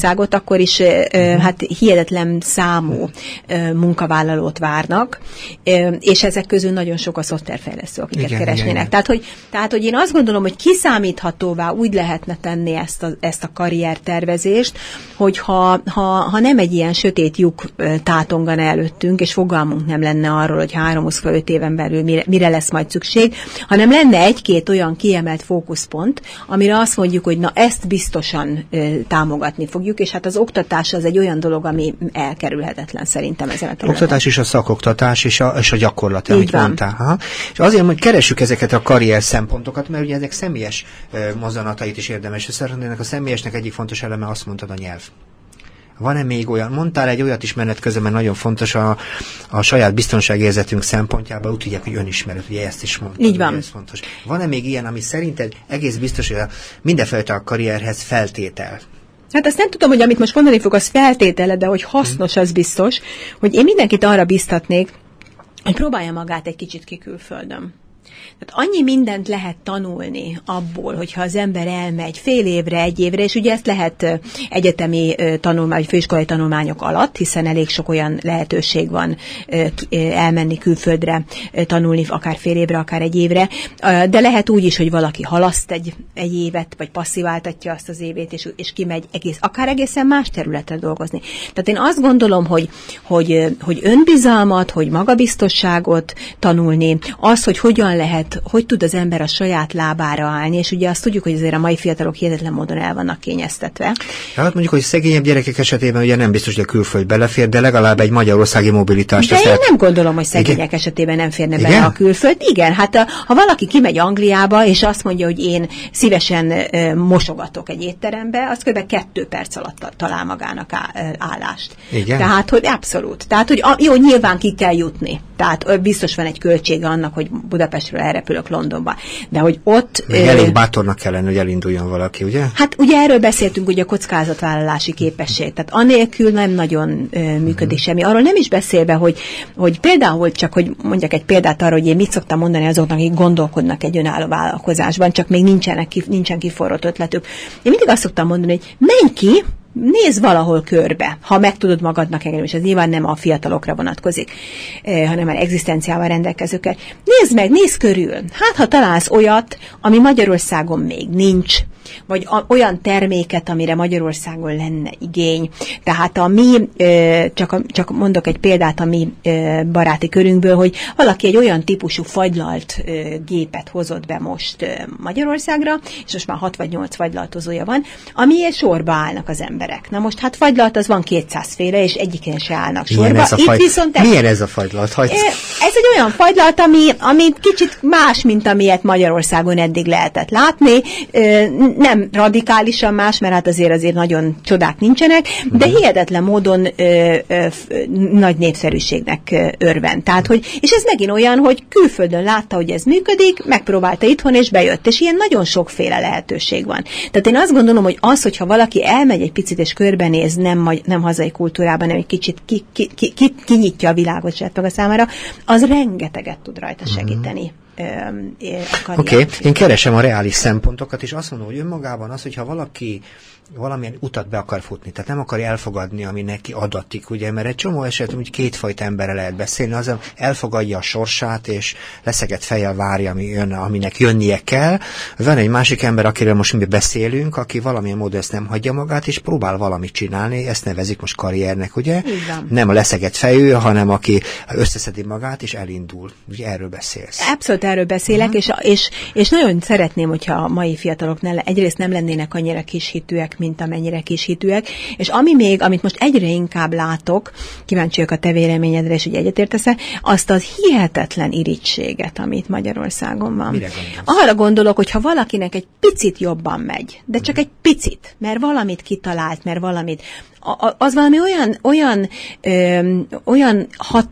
akkor is uh-huh. hát hihetetlen számú munkavállalót várnak, és ezek közül nagyon sok a szoftverfejlesztő, akiket igen, keresnének. Igen, igen. Tehát, hogy, tehát, hogy én azt gondolom, hogy kiszámíthatóvá úgy lehetne tenni ezt a, ezt a karriertervezést, hogy ha, ha, ha nem egy ilyen sötét lyuk tátongana előttünk, és fogalmunk nem lenne arról, hogy három-huszonöt éven belül mire, mire lesz majd szükség, hanem lenne egy-két olyan kiemelt fókuszpont, amire azt mondjuk, hogy na ezt biztosan ö, támogatni fogjuk, és hát az oktatás az egy olyan dolog, ami elkerülhetetlen szerintem ezen a területen. Oktatás és a szakoktatás és a, és a gyakorlat, amit van. Mondtál. Ha? És azért, hogy keressük ezeket a karrier szempontokat, mert ugye ezek személyes ö, mozzanatait is érdemes összerakni. A személyesnek egyik fontos eleme, azt mondtad, a nyelv. Van-e még olyan? Mondtál egy olyat is menet közben, mert nagyon fontos a, a saját biztonságérzetünk szempontjában, úgy tudják, hogy önismeret, ugye ezt is mondtad. Így van. Ez fontos. Van-e még ilyen, ami szerinted egész biztos, hogy a mindenfajta a karrierhez feltétel? Hát azt nem tudom, hogy amit most mondani fog, az feltétele, de hogy hasznos, az biztos, hogy én mindenkit arra biztatnék, hogy próbálja magát egy kicsit ki külföldön. Tehát annyi mindent lehet tanulni abból, hogyha az ember elmegy fél évre, egy évre, és ugye ezt lehet egyetemi tanulmány, vagy főiskolai tanulmányok alatt, hiszen elég sok olyan lehetőség van elmenni külföldre, tanulni akár fél évre, akár egy évre, de lehet úgy is, hogy valaki halaszt egy, egy évet, vagy passziváltatja azt az évét, és, és kimegy egész, akár egészen más területre dolgozni. Tehát én azt gondolom, hogy, hogy, hogy önbizalmat, hogy magabiztosságot tanulni, az, hogy hogyan lehet, hogy tud az ember a saját lábára állni, és ugye azt tudjuk, hogy azért a mai fiatalok hihetetlen módon el vannak kényeztetve. Hát mondjuk, hogy szegényebb gyerekek esetében ugye nem biztos, hogy a külföld belefér, de legalább egy magyarországi mobilitást. De én el... nem gondolom, hogy szegények igen? esetében nem férne igen? bele a külföld. Igen, hát a, ha valaki kimegy Angliába, és azt mondja, hogy én szívesen e, mosogatok egy étterembe, az kb. kettő perc alatt talál magának á, állást. Igen? Tehát, hogy abszolút. Tehát, hogy a, jó, nyilván ki kell jutni. Tehát biztos van egy költsége annak, hogy Budapestről elrepülök Londonba. De hogy ott... Még ö... elég bátornak kellene, hogy elinduljon valaki, ugye? Hát ugye erről beszéltünk, ugye a kockázatvállalási képesség. Tehát anélkül nem nagyon ö, működik uh-huh. semmi. Arról nem is beszélve, hogy, hogy például csak, hogy mondjak egy példát arra, hogy én mit szoktam mondani azoknak, akik gondolkodnak egy önálló vállalkozásban, csak még nincsenek, nincsen kiforrott ötletük. Én mindig azt szoktam mondani, hogy menj ki, nézz valahol körbe, ha meg tudod magadnak engedni, és ez nyilván nem a fiatalokra vonatkozik, eh, hanem már egzisztenciával rendelkezőkkel. Nézd meg, nézz körül. Hát, ha találsz olyat, ami Magyarországon még nincs, vagy a, olyan terméket, amire Magyarországon lenne igény. Tehát a mi, e, csak, a, csak mondok egy példát a mi e, baráti körünkből, hogy valaki egy olyan típusú fagylalt e, gépet hozott be most e, Magyarországra, és most már hat vagy nyolc fagylaltozója van, amiért sorba állnak az emberek. Na most hát fagylalt az van kétszázféle, és egyikén se állnak sorba. Milyen ez a, fagy... viszont Milyen ez a fagylalt? Hagy... Ez egy olyan fagylalt, ami, ami kicsit más, mint amilyet Magyarországon eddig lehetett látni. E, nem radikálisan más, mert hát azért azért nagyon csodák nincsenek, de hihetetlen módon ö, ö, nagy népszerűségnek ö, örvend. Tehát, hogy, és ez megint olyan, hogy külföldön látta, hogy ez működik, megpróbálta itthon, és bejött. És ilyen nagyon sokféle lehetőség van. Tehát én azt gondolom, hogy az, hogyha valaki elmegy egy picit és körbenéz, nem, nem hazai kultúrában, nem egy kicsit ki, ki, ki, ki, kinyitja a világot saját maga számára, az rengeteget tud rajta segíteni. Oké, okay. Én keresem a reális szempontokat, és azt mondom, hogy önmagában az, hogyha valaki valamilyen utat be akar futni, tehát nem akarja elfogadni, ami neki adatik, ugye, mert egy csomó esetben úgy kétfajta emberre lehet beszélni, az elfogadja a sorsát, és leszeget fejjel várja, ami jön, aminek jönnie kell. Van egy másik ember, akiről most mi beszélünk, aki valamilyen módon ezt nem hagyja magát, és próbál valamit csinálni, ezt nevezik most karriernek, ugye? Nem a leszeget fejű, hanem aki összeszedi magát, és elindul. Ugye erről beszélsz. Abszolút erről beszélek, uh-huh. és, és, és nagyon szeretném, hogyha a mai fiatalok ne, egyrészt nem lennének annyira kishitűek, mint amennyire kishitűek, és ami még, amit most egyre inkább látok, kíváncsi vagyok a te véleményedre, és hogy egyetértesz-e, azt az hihetetlen irítséget, amit Magyarországon van. Mire gondolsz? Arra gondolok, hogy ha valakinek egy picit jobban megy, de csak egy picit, mert valamit kitalált, mert valamit, az valami olyan, olyan, ö, olyan hat,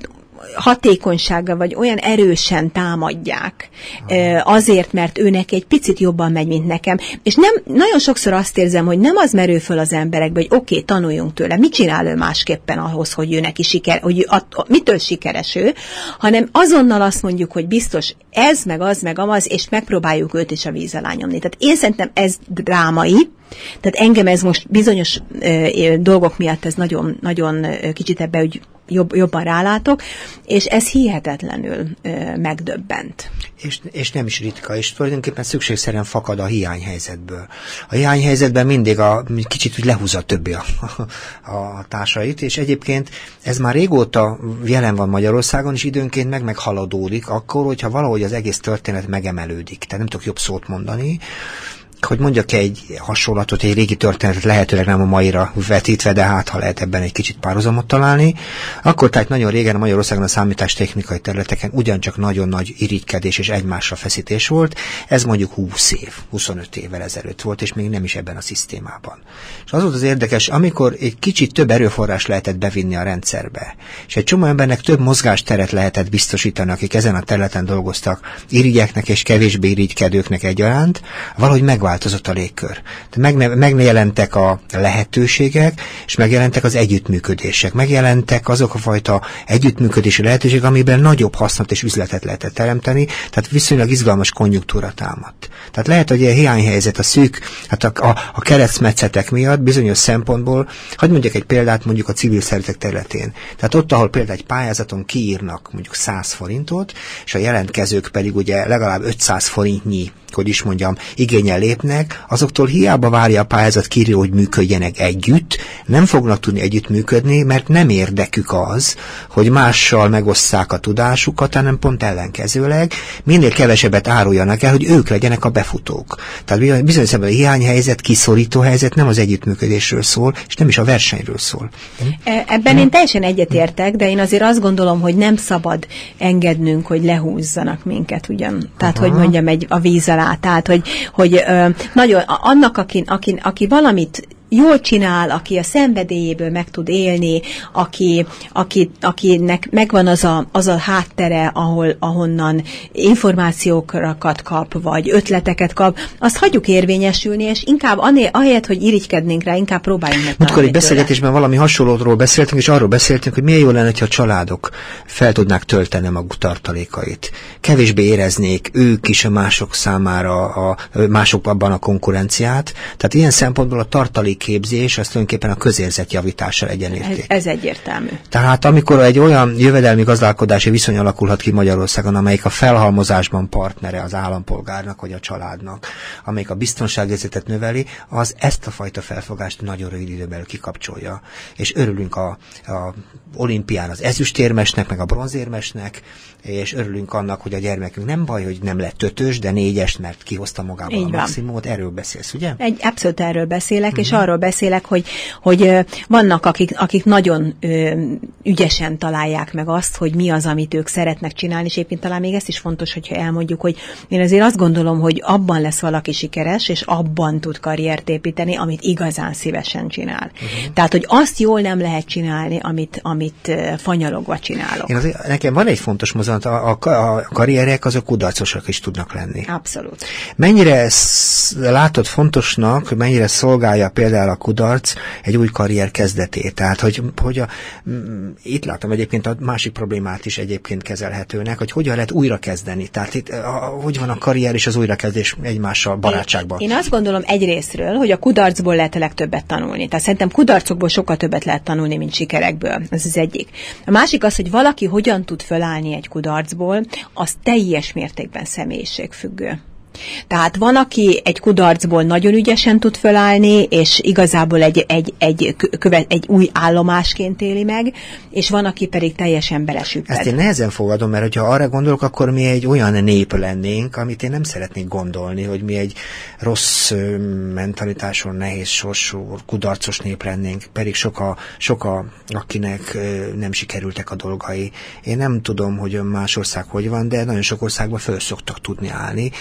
hatékonysággal, vagy olyan erősen támadják azért, mert őnek egy picit jobban megy, mint nekem. És nem, nagyon sokszor azt érzem, hogy nem az merül föl az emberekbe, hogy oké, okay, tanuljunk tőle, mit csinál ő másképpen ahhoz, hogy ő neki siker, hogy a, a, mitől sikeres ő, hanem azonnal azt mondjuk, hogy biztos ez, meg az, meg amaz, és megpróbáljuk őt is a víz alá nyomni. Tehát én szerintem ez drámai, tehát engem ez most bizonyos ö, dolgok miatt ez nagyon, nagyon kicsit ebbe úgy jobb, jobban rálátok, és ez hihetetlenül ö, megdöbbent. És, és nem is ritka, és tulajdonképpen szükségszerűen fakad a hiányhelyzetből. A hiányhelyzetben mindig a kicsit úgy lehúzza többi a, a, a társait, és egyébként ez már régóta jelen van Magyarországon, és időnként meg meghaladódik akkor, hogyha valahogy az egész történet megemelődik. Tehát nem tudok jobb szót mondani, hogy mondjak egy hasonlatot, egy régi történetet, lehetőleg nem a maira vetítve, de hát ha lehet ebben egy kicsit párhuzamot találni, akkor tehát nagyon régen a Magyarországon a számítástechnikai területeken ugyancsak nagyon nagy irigykedés és egymásra feszítés volt. Ez mondjuk húsz év, huszonöt évvel ezelőtt volt, és még nem is ebben a szisztémában. És az volt az érdekes, amikor egy kicsit több erőforrás lehetett bevinni a rendszerbe, és egy csomó embernek több mozgásteret lehetett biztosítani, akik ezen a területen dolgoztak, irigyeknek és kevésbé irigykedőknek egyaránt, valahogy megváltozott változott a légkör. Megne, megjelentek a lehetőségek, és megjelentek az együttműködések. Megjelentek azok a fajta együttműködési lehetőségek, amiben nagyobb hasznot és üzletet lehetett teremteni, tehát viszonylag izgalmas konjunktúra támadt. Tehát lehet, hogy a hiányhelyzet, a szűk, hát a, a, a keresztmetszetek miatt bizonyos szempontból, hadd mondjak egy példát mondjuk a civil szervezetek területén. Tehát ott, ahol például egy pályázaton kiírnak mondjuk száz forintot, és a jelentkezők pedig ugye legalább ötszáz forintnyi, hogy is mondjam, igényel lépnek, azoktól hiába várja a pályázat kíró, hogy működjenek együtt, nem fognak tudni együttműködni, mert nem érdekük az, hogy mással megosszák a tudásukat, hanem pont ellenkezőleg minél kevesebbet áruljanak el, hogy ők legyenek a befutók. Tehát bizonyos szemben a hiányhelyzet, kiszorító helyzet nem az együttműködésről szól, és nem is a versenyről szól. Ebben én teljesen egyetértek, de én azért azt gondolom, hogy nem szabad engednünk, hogy lehúzzanak minket ugyan. Tehát, Aha. hogy mondjam, egy a víz alá. Tehát, hogy, hogy ö, nagyon, annak, aki, aki, aki valamit jól csinál, aki a szenvedélyéből meg tud élni, aki, aki, akinek megvan az a, az a háttere, ahol, ahonnan információkat kap, vagy ötleteket kap, azt hagyjuk érvényesülni, és inkább anél, ahelyett, hogy irigykednénk rá, inkább próbáljunk meg. Múltkor egy beszélgetésben valami hasonlóról beszéltünk, és arról beszéltünk, hogy milyen jó lenne, ha a családok fel tudnák tölteni maguk tartalékait. Kevésbé éreznék ők is a mások számára, a, mások abban a konkurenciát. Tehát ilyen szempontból a tartalék képzés, az tulajdonképpen a közérzet javítással egyenérték. Ez, ez egyértelmű. Tehát amikor egy olyan jövedelmi gazdálkodási viszony alakulhat ki Magyarországon, amelyik a felhalmozásban partnere az állampolgárnak vagy a családnak, amelyik a biztonságérzetet növeli, az ezt a fajta felfogást nagyon rövid időben kikapcsolja. És örülünk a, a olimpián az ezüstérmesnek, meg a bronzérmesnek, és örülünk annak, hogy a gyermekünk nem baj, hogy nem lett ötös, de négyes, mert kihozta magával Így a maximumot. Erről beszélsz, ugye? Egy, abszolút erről beszélek, uh-huh. és arról beszélek, hogy, hogy vannak, akik, akik nagyon ö, ügyesen találják meg azt, hogy mi az, amit ők szeretnek csinálni, és éppen talán még ezt is fontos, hogyha elmondjuk, hogy én azért azt gondolom, hogy abban lesz valaki sikeres, és abban tud karriert építeni, amit igazán szívesen csinál. Uh-huh. Tehát, hogy azt jól nem lehet csinálni, amit, amit fanyalogva csinálok. Én azért, nekem van egy fontos mozdulat, A, a, a karrierek azok kudarcosak is tudnak lenni. Abszolút. Mennyire látod fontosnak, mennyire szolgálja például a kudarc egy új karrier kezdetét? Tehát, hogy, hogy a, m, itt látom egyébként a másik problémát is egyébként kezelhetőnek, hogy hogyan lehet újra kezdeni. Tehát itt, a, hogy van a karrier és az újrakezdés egymással barátságban? Én, én azt gondolom egyrészről, hogy a kudarcból lehet a legtöbbet tanulni. Tehát szerintem kudarcokból sokkal többet lehet tanulni, mint sikerekből. Ez az egyik. A másik az, hogy valaki hogyan tud fölállni egy kudarcból, az teljes mértékben személyiségfüggő. Tehát van, aki egy kudarcból nagyon ügyesen tud fölállni, és igazából egy, egy, egy, követ, egy új állomásként éli meg, és van, aki pedig teljesen belesüpped. Ezt én nehezen fogadom, mert hogyha arra gondolok, akkor mi egy olyan nép lennénk, amit én nem szeretnék gondolni, hogy mi egy rossz mentalitáson, nehéz sorsú, kudarcos nép lennénk, pedig sok a, sok a, akinek nem sikerültek a dolgai. Én nem tudom, hogy más ország hogy van, de nagyon sok országban föl szoktak tudni állni, és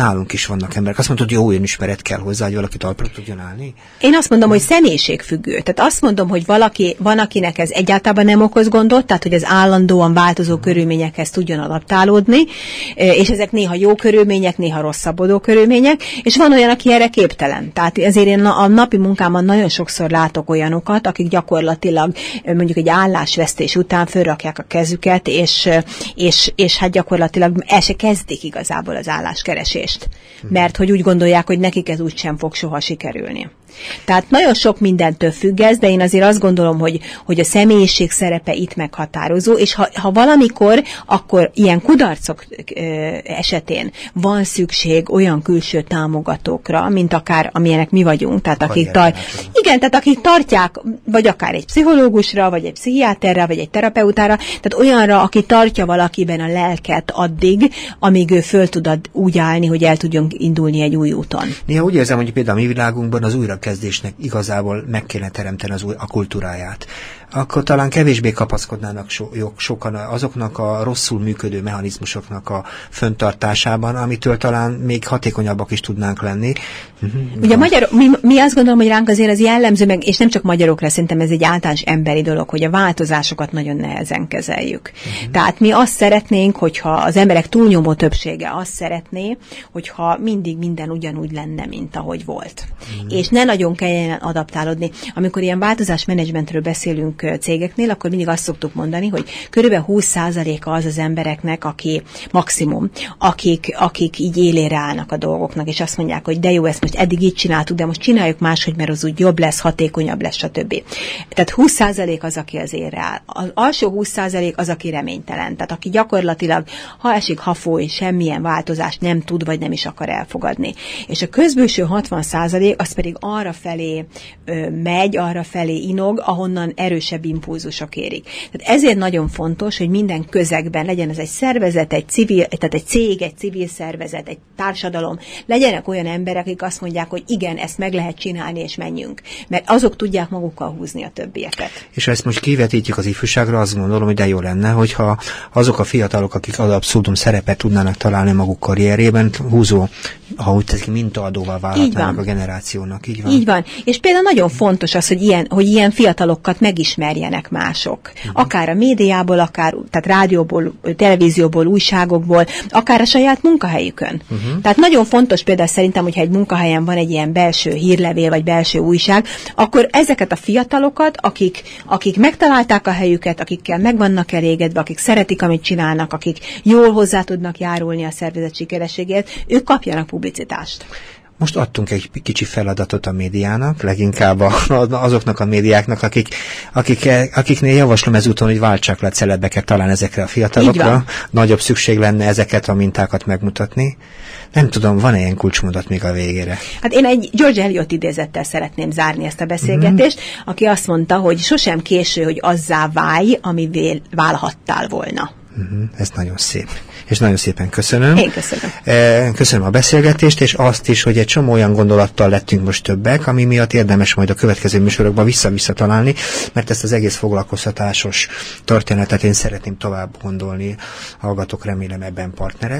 nálunk is vannak emberek. Azt mondod, hogy jó, olyan ismeret kell hozzá, hogy valaki talpra tudjon állni? Én azt mondom, hogy személyiségfüggő. Tehát azt mondom, hogy valaki, van, akinek ez egyáltalán nem okoz gondot, tehát hogy az állandóan változó körülményekhez tudjon adaptálódni, és ezek néha jó körülmények, néha rosszabbodó körülmények, és van olyan, aki erre képtelen. Tehát azért én a napi munkámban nagyon sokszor látok olyanokat, akik gyakorlatilag mondjuk egy állásvesztés után fölrakják a kezüket, és, és, és hát gyakorlatilag el se kezdik igazából az álláskeresést. Mert hogy úgy gondolják, hogy nekik ez úgysem fog soha sikerülni. Tehát nagyon sok mindentől függ ez, de én azért azt gondolom, hogy, hogy a személyiség szerepe itt meghatározó, és ha, ha valamikor, akkor ilyen kudarcok ö, esetén van szükség olyan külső támogatókra, mint akár amilyenek mi vagyunk, tehát akik, tar- igen, tehát akik tartják, vagy akár egy pszichológusra, vagy egy pszichiáterre, vagy egy terapeutára, tehát olyanra, aki tartja valakiben a lelket addig, amíg ő föl tud úgy állni, hogy el tudjon indulni egy új úton. Néha úgy érzem, hogy például a mi világunkban az újrakezdésnek igazából meg kéne teremteni az új, a kultúráját. Akkor talán kevésbé kapaszkodnának so, sokan azoknak a rosszul működő mechanizmusoknak a föntartásában, amitől talán még hatékonyabbak is tudnánk lenni. Ugye a magyar, mi, mi azt gondolom, hogy ránk azért az jellemző, meg, és nem csak magyarokra, szerintem ez egy általános emberi dolog, hogy a változásokat nagyon nehezen kezeljük. Uh-huh. Tehát mi azt szeretnénk, hogyha az emberek túlnyomó többsége azt szeretné, hogyha mindig minden ugyanúgy lenne, mint ahogy volt. Uh-huh. És ne nagyon kelljen adaptálódni. Amikor ilyen változásmenedzsmentről beszélünk cégeknél, akkor mindig azt szoktuk mondani, hogy körülbelül húsz százaléka az az embereknek, aki maximum, akik, akik így élére állnak a dolgoknak, és azt mondják, hogy de jó, ezt most eddig így csináltuk, de most csináljuk máshogy, mert az úgy jobb lesz, hatékonyabb lesz, stb. Tehát húsz százalék az, aki az élre áll. Az alsó húsz százalék az, aki reménytelen. Tehát aki gyakorlatilag, ha esik, ha fúj, semmilyen változást nem tud, vagy nem is akar elfogadni. És a közbülső hatvan százalék az pedig arra felé ö, megy, arra felé inog, ahonnan erősebb impulzusok érik. Tehát ezért nagyon fontos, hogy minden közegben legyen ez egy szervezet, egy civil, tehát egy cég, egy civil szervezet, egy társadalom, legyenek olyan emberek, akik azt mondják, hogy igen, ezt meg lehet csinálni, és menjünk. Mert azok tudják magukkal húzni a többieket. És ha ezt most kivetítjük az ifjúságra, azt gondolom, hogy de jó lenne, hogyha azok a fiatalok, akik ad abszurdum szerepet tudnának találni maguk karrierében, húzó, ha úgy tetszik, mintaadóval válhatnának a generációnak. Így van. Így van. És például nagyon fontos az, hogy ilyen, hogy ilyen fiatalokat megismerjenek mások. Uh-huh. Akár a médiából, akár tehát rádióból, televízióból, újságokból, akár a saját munkahelyükön. Uh-huh. Tehát nagyon fontos például szerintem, hogyha egy munkahelyen van egy ilyen belső hírlevél, vagy belső újság, akkor ezeket a fiatalokat, akik, akik megtalálták a helyüket, akikkel meg vannak elégedve, akik szeretik, amit csinálnak, akik jól hozzá tudnak járulni a szervezet sikerességét, ők kapjanak publicitást. Most adtunk egy kicsi feladatot a médiának, leginkább azoknak a médiáknak, akik, akik, akiknél javaslom ezúton, hogy váltsák le celebeket talán ezekre a fiatalokra. Nagyobb szükség lenne ezeket a mintákat megmutatni. Nem tudom, van-e ilyen kulcsmondat még a végére? Hát én egy George Eliot idézettel szeretném zárni ezt a beszélgetést, mm-hmm. aki azt mondta, hogy sosem késő, hogy azzá válj, amivé válhattál volna. Uh-huh. Ez nagyon szép. És nagyon szépen köszönöm. Én köszönöm. Köszönöm a beszélgetést, és azt is, hogy egy csomó olyan gondolattal lettünk most többek, ami miatt érdemes majd a következő műsorokban vissza-vissza találni, mert ezt az egész foglalkoztatásos történetet én szeretném tovább gondolni. Hallgatok, remélem ebben partnerek.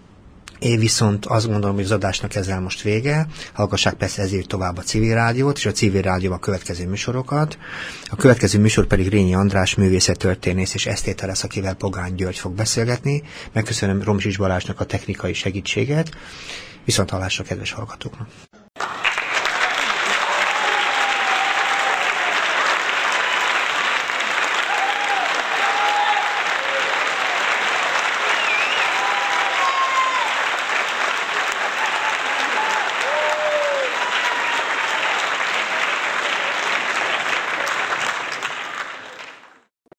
Én viszont azt gondolom, hogy az adásnak ezzel most vége. Hallgassák persze ezért tovább a Civil Rádiót, és a Civil Rádióban a következő műsorokat. A következő műsor pedig Rényi András, művészettörténész és esztéta lesz, akivel Pogány György fog beszélgetni. Megköszönöm Romzsics Balázsnak a technikai segítséget. Viszont hallásra, kedves hallgatóknak!